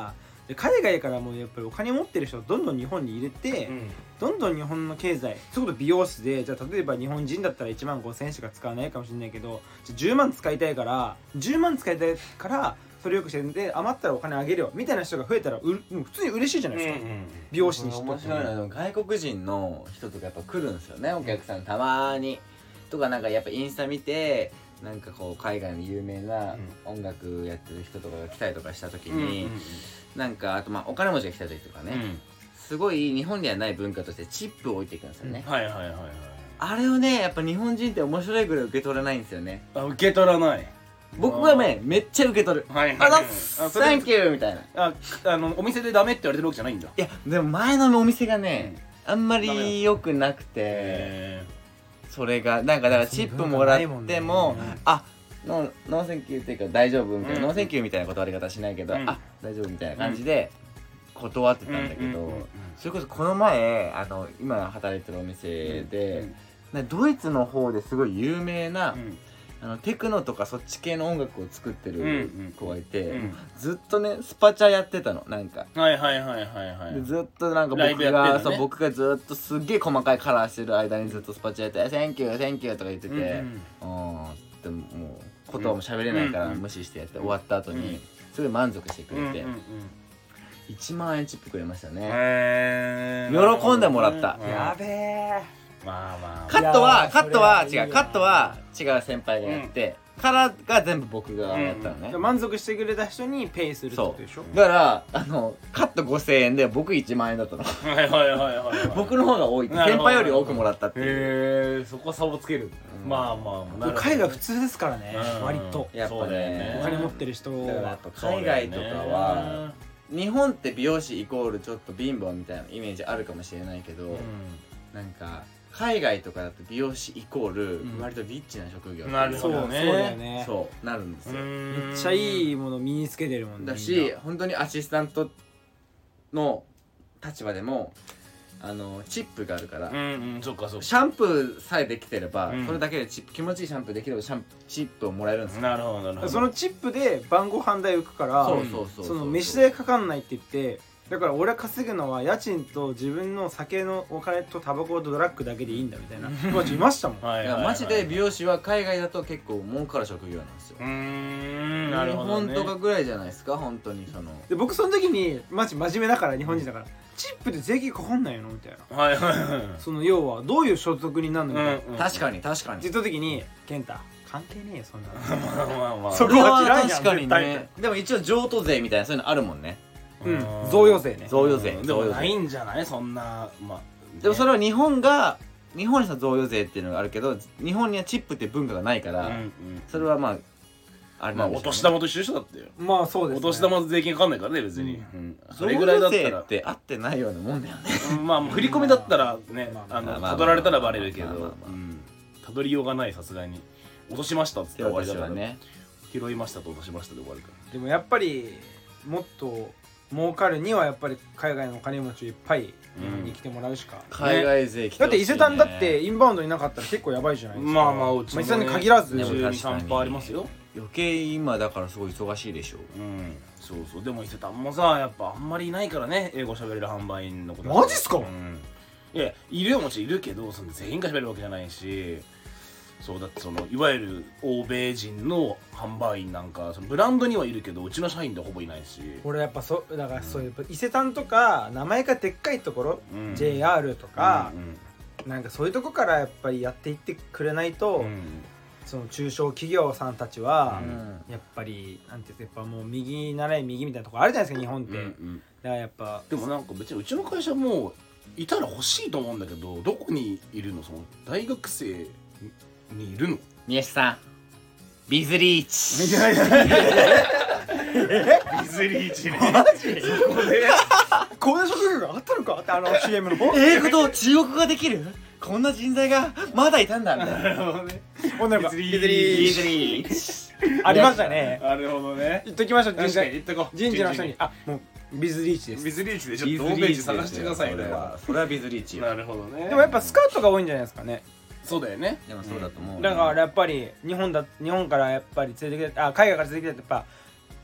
で海外からもやっぱりお金持ってる人をどんどん日本に入れて、どんどん日本の経済、それこそ美容室でじゃあ例えば日本人だったら1万5千円しか使わないかもしれないけど、じゃあ10万使いたいからそれよくしてるんで余ったらお金あげるよみたいな人が増えたらもう普通に嬉しいじゃないですか、美容師にして面白いのは外国人の人とかやっぱ来るんですよね、お客さんたまにとか、なんかやっぱインスタ見てなんかこう海外の有名な音楽やってる人とかが来たりとかした時に、なんかあとまあお金持ちが来た時とかね、すごい日本にはない文化としてチップを置いていくんですよね。あれをねやっぱ日本人って面白いぐらい受け取れないんですよね。 受け取らない。 僕はねめっちゃ受け取る。サンキューみたいな。 お店でダメって言われてるわけじゃないんだ。 いやでも前のお店がねあんまり良くなくて、それがなんかだからチップもらってもあノーセンキューっていうか大丈夫みたいな、ノーセンキューみたいな断り方しないけど、あ大丈夫みたいな感じで断ってたんだけど、それこそこの前今働いてるお店でドイツの方ですごい有名なテクノとかそっち系の音楽を作ってる子がいて、ずっとねスパチャやってたの、なんかでずっとなんか僕がずっとすっげえ細かいカラーしてる間にずっとスパチャやって「センキューセンキュー」とか言ってて、でももう言葉も喋れないから無視してやって終わった後にすごい満足してくれて1万円チップくれましたね。喜んでもらった。 やべえ。 カットは違う先輩がやって、カラーが全部僕がやったのね。 満足してくれた人にペイするってことでしょ。 だからカット5000円で僕1万円だったの。僕の方が多い、先輩より多くもらったっていう。 そこは差をつける。 海外普通ですからね、割とやっぱねお金持ってる人は。 海外とかは日本って美容師イコールちょっと貧乏みたいなイメージあるかもしれないけど、なんか海外とかだと美容師イコール割とリッチな職業、 そうだよね、 そうなるんですよ。 めっちゃいいもの身につけてるもんね。 だし本当にアシスタントの立場でもチップがあるから、シャンプーさえできてればそれだけで気持ちいいシャンプーできればチップをもらえるんですよ。 なるほど。 そのチップで晩ご飯代浮くから、その飯代かかんないって言って、だから俺稼ぐのは家賃と自分の酒のお金とタバコとドラッグだけでいいんだみたいな人たちいましたもん。 マジで美容師は海外だと結構儲かる職業なんですよ。 なるほどね。日本とかぐらいじゃないですか本当にで僕その時にマジ真面目だから日本人だから、チップで税金かかんないのみたいな。その要はどういう所得になるのみたいな。 確かにって言った時に健太関係ねえよそんなの。 そこは確かにね。でも一応譲渡税みたいなそういうのあるもんね。 贈与税ね。 贈与税でもないんじゃない、そんな。 でもそれは日本にさ贈与税っていうのがあるけど、日本にはチップって文化がないから、それはまああれなんでしょうね。 お年玉と一緒でしょだって。 まあそうです。 お年玉の税金かかんないからね別に。 それぐらいだったらって合ってないようなもんだよね。 まあ振り込みだったらねたどられたらバレるけど、たどりようがない、さすがに落としましたっつって終わりだからね。拾いましたと落としましたで終わりから。 でもやっぱりもっと儲かるにはやっぱり海外のお金持ちいっぱいに来てもらうしか、 海外税来てほしいね。 だって伊勢丹だってインバウンドになかったら結構やばいじゃないですか。 うちも伊勢丹に限らず 12,3% ありますよ。 余計今だからすごい忙しいでしょ。 そうでも伊勢丹もさやっぱあんまりいないからね、英語喋れる販売員のこと。 マジっすか。 いやいるよ、もちろんいるけどその全員が喋るわけじゃないし、そうだっていわゆる欧米人の販売員なんかブランドにはいるけどうちの社員でほぼいないし。 俺やっぱだからそういう伊勢丹とか名前がでっかいところ、JR とかなんかそういうとこからやっぱりやっていってくれないと、その中小企業さんたちはやっぱりなんていうかやっぱもう右習い右みたいなところあるじゃないですか日本って。だからやっぱでもなんか別にうちの会社もいたら欲しいと思うんだけど、どこにいるの？その大学生にいるの？ 宮下さんビズリーチ。 ビズリーチね。 マジ？そこでこんな職業があったのかってCM の英語と中国語ができるこんな人材がまだいたんだみたいな。なるほどね。 ビズリーチありましたね。 なるほどね。 言っときましょう。 確かに言っとこう。 人事の人にもうビズリーチです。 ビズリーチでちょっとホームページ探してくださいね。 それはビズリーチよ。 なるほどね。 でもやっぱスカウトが多いんじゃないですかね。 そうだよね。 でもそうだと思う。 だからやっぱり日本からやっぱり連れてきて海外から連れてきてやっぱ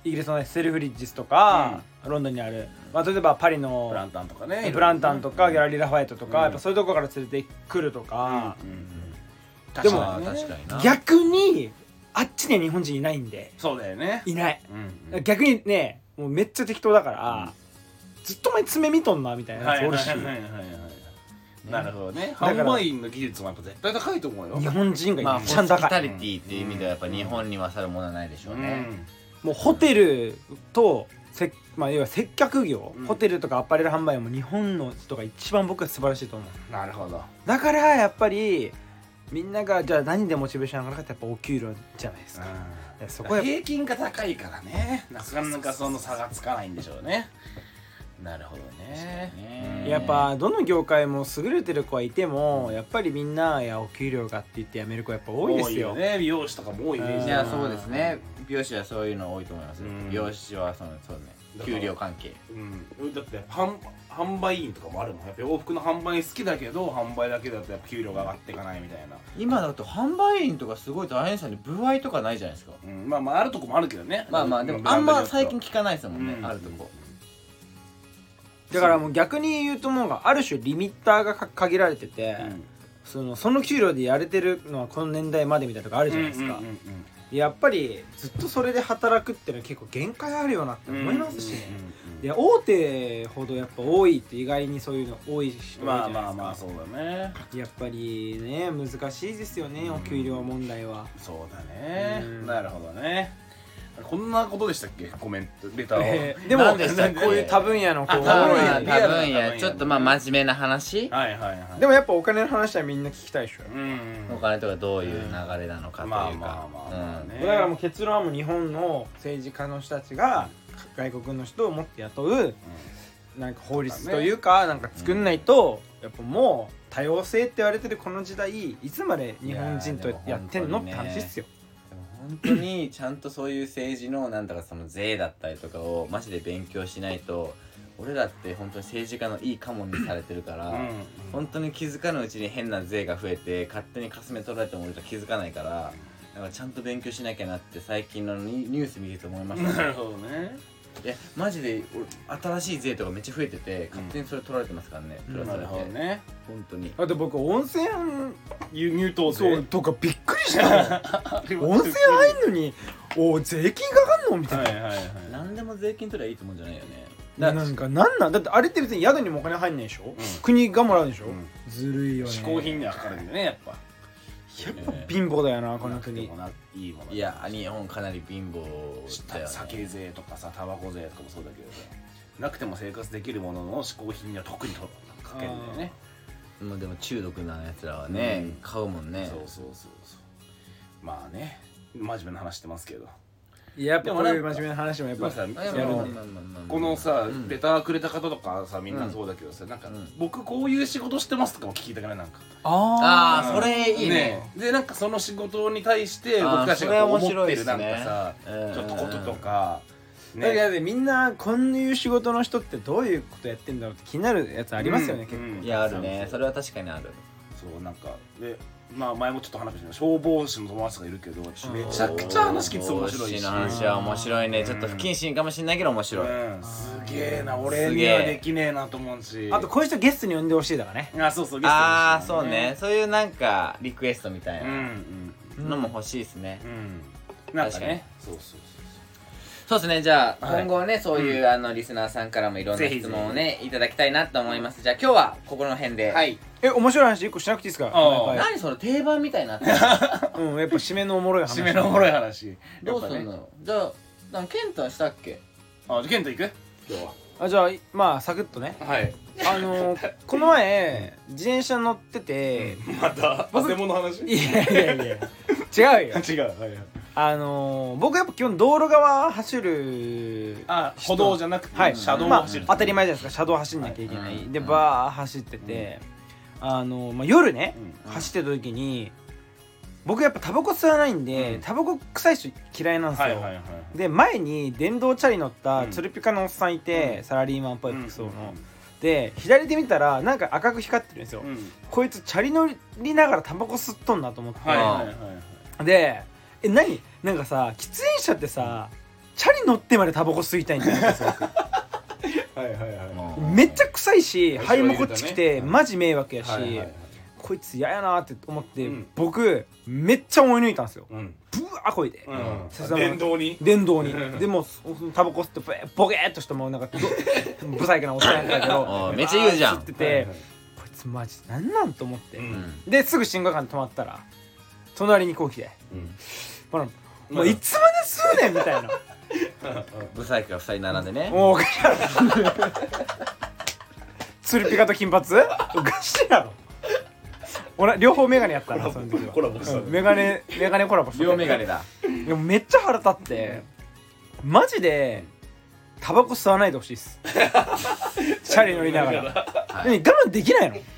イギリスのセルフリッジスとか、ロンドンにある、例えばパリのブランタンとかね、 ブランタンとかギャラリー・ラファエットとか、やっぱそういうとこから連れてくるとか、でも逆にあっちには日本人いないんで。 そうだよね、 いない、逆にねもうめっちゃ適当だから、ずっと前爪見とんなみたいなやつおるし。 なるほどね。販売員の技術もやっぱ絶対高いと思うよ。 日本人がまあ一番高い。 ホスピタリティっていう意味ではやっぱ日本に勝るものはないでしょうね。 もうホテルとまあ要は接客業、ホテルとかアパレル販売も日本の人が一番僕は素晴らしいと思う。 なるほど。 だからやっぱりみんながじゃあ何でモチベーション上がるかってやっぱお給料じゃないですか。 そこは平均が高いからね、なかなかその差がつかないんでしょうね。なるほどね。 やっぱどの業界も優れてる子はいてもやっぱりみんないやお給料がって言って辞める子やっぱ多いですよ。 多いよね。美容師とかも多いイメージ。 いやそうですね。美容師はそういうの多いと思います。美容師はそうね給料関係。 だって販売員とかもあるもん。やっぱり往復の販売好きだけど販売だけだとやっぱ給料が上がっていかないみたいな。 今だと販売員とかすごい大変さに歩合とかないじゃないですか。 まあまああるとこもあるけどね。 まあまあでもあんま最近聞かないですもんね、あるとこ。 だからもう逆に言うともうある種リミッターが限られてて、その給料でやれてるのはこの年代までみたいなとこあるじゃないですか。やっぱりずっとそれで働くっていうのは結構限界あるよなって思いますしね。いや大手ほどやっぱ多いって意外にそういうの多い人多いじゃないですか。 まあそうだね。 やっぱりね難しいですよね、お給料問題は。 そうだね。なるほどね。こんなことでしたっけ、コメントレターは。 でもこういう多分野の多分野ちょっとまあ真面目な話。 でもやっぱお金の話はみんな聞きたいでしょ。 お金とかどういう流れなのかというか。 だからもう結論はもう日本の政治家の人たちが外国の人をもって雇うなんか法律というかなんか作んないと、やっぱもう多様性って言われてるこの時代いつまで日本人とやってんのって話っすよ。 本当にちゃんとそういう政治のなんだかその税だったりとかをマジで勉強しないと、俺らって本当に政治家のいいカモにされてるから、本当に気づかぬうちに変な税が増えて勝手にかすめ取られても俺ら気づかないから、だからちゃんと勉強しなきゃなって最近のニュース見てて思いました。 なるほどね。 いやマジで新しい税とかめっちゃ増えてて勝手にそれ取られてますからね。 なるほどね。 本当に。 あと僕温泉輸入等税とかびっくりしたの。温泉入んのに税金かかんのみたいな。 何でも税金取りゃいいと思うんじゃないよね。 なんかなんだってあれって別に宿にもお金入んないでしょ、国がもらうでしょ、ずるいよね。 嗜好品にはかかるんだよねやっぱ。 貧乏だよなこの国。 いや日本かなり貧乏だよね。 酒税とかさタバコ税とかもそうだけどさ、なくても生活できるものの嗜好品には特にかけるんだよね。 もうでも中毒なやつらはね買うもんね。 そうまあね真面目な話してますけど、 やっぱこういう真面目な話もやっぱさこのさレターくれた方とかさみんなそうだけどさ、なんか僕こういう仕事してますとかも聞いたからなんかあそれいいね。 でなんかその仕事に対して僕たちが思ってるなんかさちょっとこととかだけどみんなこういう仕事の人ってどういうことやってんだろうって気になるやつありますよね、結構。 いやあるね、それは確かにある。 そうなんかでまあ前もちょっと話した消防士の友達がいるけどめちゃくちゃ話聞いて面白いし、 消防士の話は面白いね。ちょっと不謹慎かもしれないけど面白い。 すげえな、俺にはできねえなと思うし、 あとこういう人ゲストに呼んでほしいだからね。 そうゲストに。 そうね、そういうなんかリクエストみたいなのも欲しいですね。 なんかね。 そうですね。じゃあ今後ねそういうリスナーさんからもいろんな質問をねいただきたいなと思います。じゃあ今日はここの辺で。 面白い話1個しなくていいですか。 何その定番みたいになってる。 やっぱ締めのおもろい話。 締めのおもろい話どうすんの。じゃあケントはしたっけ。 じゃあケント行く今日は。 じゃあまあサクッとね。この前自転車乗っててまた汗物の話。 いや違うよ。 違う。 僕やっぱ基本道路側走る歩道じゃなくて車道を走る、 当たり前じゃないですか。車道走んなきゃいけないでバー走ってて、夜ね走ってた時に僕やっぱタバコ吸わないんでタバコ臭い人嫌いなんですよ。で前に電動チャリ乗ったツルピカのおっさんいて、サラリーマンっぽい服装ので左で見たらなんか赤く光ってるんですよ。こいつチャリ乗りながらタバコ吸っとんなと思って、でなんかさ喫煙者ってさチャリ乗ってまでタバコ吸いたいんだよねすごくはいはいはいめっちゃ臭いし肺もこっち来てうんマジ迷惑やし、 はいはいはい、 こいつ嫌やなって思って、 うん、 僕めっちゃ追い抜いたんですよ、 うん、 ブワーこいで、 電動にでもタバコ吸ってボケーっとしたもうなんかブサイクなおっさんやったけどめっちゃ言うじゃん吸ってて、こいつマジなんなんと思って、 うん、 ですぐ新華館止まったら隣にこう来て、ほらもういつまで吸うねんみたいなブサイクが2人並んでねもうツルピカと金髪おかしいやろ俺両方メガネやったなその時はコラボしたメガネコラボした両メガネだでもめっちゃ腹立ってマジでタバコ吸わないでほしいっすチャリ乗りながら我慢できないのだ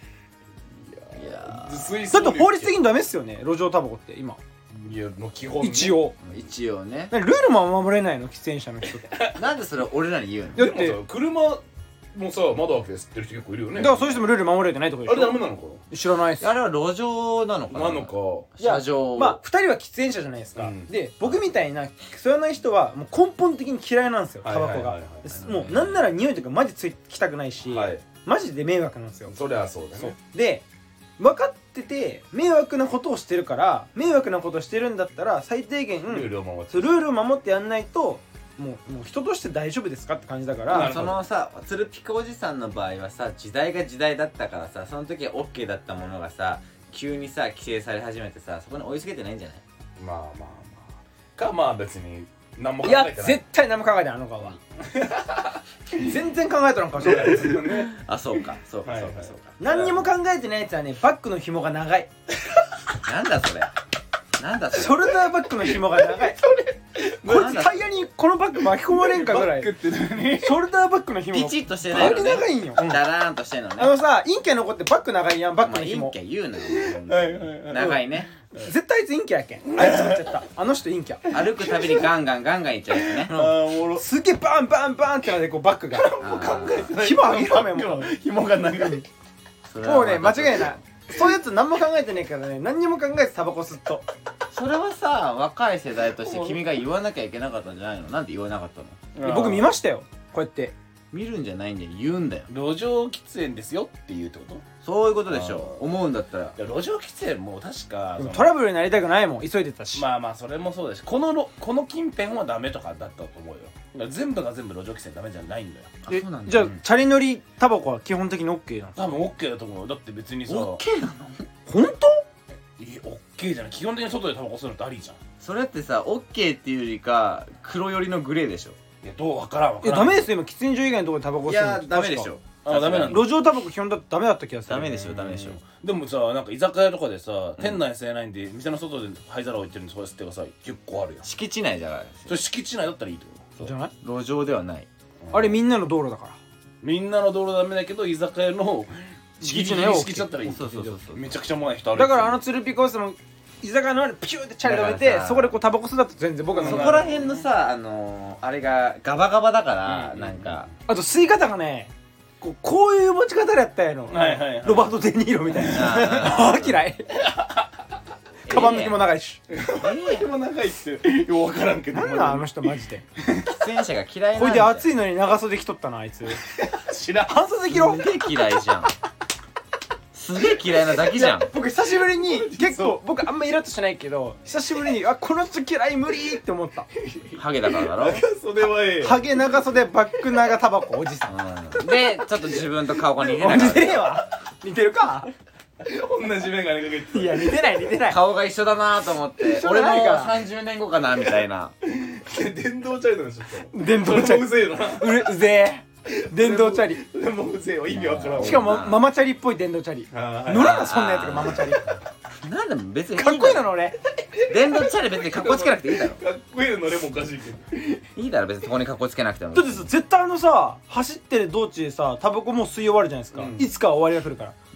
って法律的にダメっすよね路上タバコって今いやもう基本ね一応ねルールも守れないの喫煙者の人ってなんでそれ俺らに言うのだって車もさ窓開けて吸ってる人結構いるよねだからそういう人もルール守れてないってことでしょあれダメなのか知らないっすあれは路上なのかな車上まあ2人は喫煙者じゃないですか、で僕みたいな吸わない人はもう根本的に嫌いなんですよタバコがもうなんなら匂いとかマジつきたくないし、マジで迷惑なんですよそりゃそうだねで分かってて迷惑なことをしてるから迷惑なことをしてるんだったら最低限ルールを守ってやんないともう人として大丈夫ですかって感じだからそのさツルピカおじさんの場合はさ時代が時代だったからさその時は OK だったものがさ急にさ規制され始めてさそこに追いつけてないんじゃない？ まあまあ別に何も考えてない。 いや絶対何も考えてないあの顔は全然考えてないかもしれないですよねあそうか何にも考えてないやつはねバッグの紐が長いなんだそれショルダーバッグの紐が長いこいつタイヤにこのバッグ巻き込まれんかぐらいショルダーバッグの紐ピチッとしてないのね長いんよダラーンとしてんのねさ陰キャの子ってバッグ長いやんバッグの紐陰キャ言うなよ長いね絶対あいつ陰キャやけんあいつ言っちゃったあの人陰キャ歩くたびにガンガンいっちゃうやつねすげえバンバンバンってなってこうバッグが紐あげろめも紐が長いもうね間違いないそういうやつ何も考えてないからね何にも考えずタバコ吸っとそれはさ若い世代として君が言わなきゃいけなかったんじゃないの？なんで言わなかったの？ 僕見ましたよこうやって見るんじゃないんだよ言うんだよ路上喫煙ですよって言うってこと？ そういうことでしょ思うんだったら路上喫煙も確かトラブルになりたくないもん急いでたしまあそれもそうだしこの近辺はダメとかだったと思うよだから全部が全部路上喫煙ダメじゃないんだよそうなんだじゃあチャリ乗りタバコは基本的に OK なの？ 多分 OK だと思うだって別にさ OK なの？ 本当 ？OK じゃない基本的に外でタバコ吸うのってありじゃんそれってさ OK っていうよりか黒寄りのグレーでしょいやどう分からんダメですよ今喫煙所以外のところでタバコ吸うのいやダメでしょあダメなんだ路上タバコ基本だとダメだった気がするダメでしょでもさなんか居酒屋とかでさ店内吸えないんで店の外で灰皿置いてるんでそれ吸ってください結構あるやん敷地内じゃないそれ敷地内だったらいいってことじゃない？ 路上ではないあれみんなの道路だからみんなの道路ダメだけど居酒屋の敷地内を敷地だったらいいそうめちゃくちゃうまい人あるだからツルピコスも居酒屋のあれピューってチャリ止めてそこでこうタバコ吸うだと全然僕はそこら辺のさあれがガバガバだからなんかあと吸い方がねこういう持ち方でやったやのロバート・デ・ニーロみたいな嫌いカバンの紐長いし紐長いってよう分からんけどなんなんあの人マジで喫煙者が嫌いなんだよこれで暑いのに長袖着とったなあいつ知らん半袖着ろすげえ嫌いじゃんすげえ嫌いなだけじゃん僕久しぶりに結構僕あんまイラッとしないけど久しぶりにこの人嫌い無理って思ったハゲだからだろ袖はええハゲ長袖バック長タバコおじさん、 でちょっと自分と顔が似てない似てねえわ似てるか同じメガネかけていや似てない顔が一緒だなと思って俺も30年後かなみたいな電動チャリなんでしょ電動チャリうぜえなうぜえ電動チャリでもうぜえわ意味わからんしかもママチャリっぽい電動チャリ乗らなそんなやつがママチャリなんでも別にかっこいいの俺電動チャリ別にかっこつけなくていいだろかっこいいの乗れもおかしいけどいいだろ別にそこにかっこつけなくてもだってさ絶対走ってる道中でさタバコもう吸い終わるじゃないですか、いつかは終わりが来るから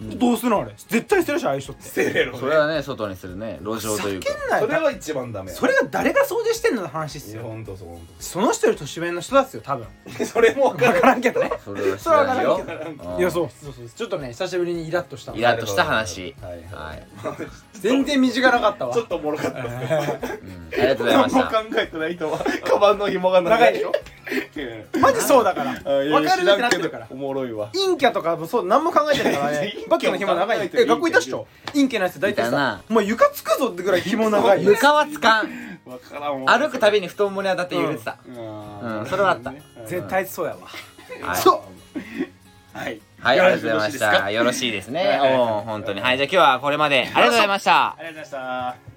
どうするのあれ絶対捨てるしああいう人って捨てれるそれはね外にするね路上というか叫んないそれは一番ダメ。 それが誰が掃除してんのの話っすよ。 ほんとそう、ほんとその人より年上の人だっすよ多分。 それも分か分る。 からんけどね。 それは知らないよそれは分からんいやそうちょっとね久しぶりにイラッとしたイラッとした話はいはい。 全然短なかったわ。 ちょっとおもろかったですね。 ありがとうございまし何もた考えてない人はカバンの紐が長いでしょ。 マジそうだから分かるってなってるから。 おもろいわ。 陰キャとかもそう何も考えてないからね。バッグの紐長い。学校いたっしょ。陰キャのやつ大体さお前床つくぞってぐらい紐長い。 床はつかん。 分からん。 歩くたびに太ももに当たって揺れてた。それはあった。 絶対そうやわ。 そう。はい。 はい、ありがとうございました。よろしいですね。おお、本当に。はい、じゃあ今日はこれまでありがとうございました。 ありがとうございました。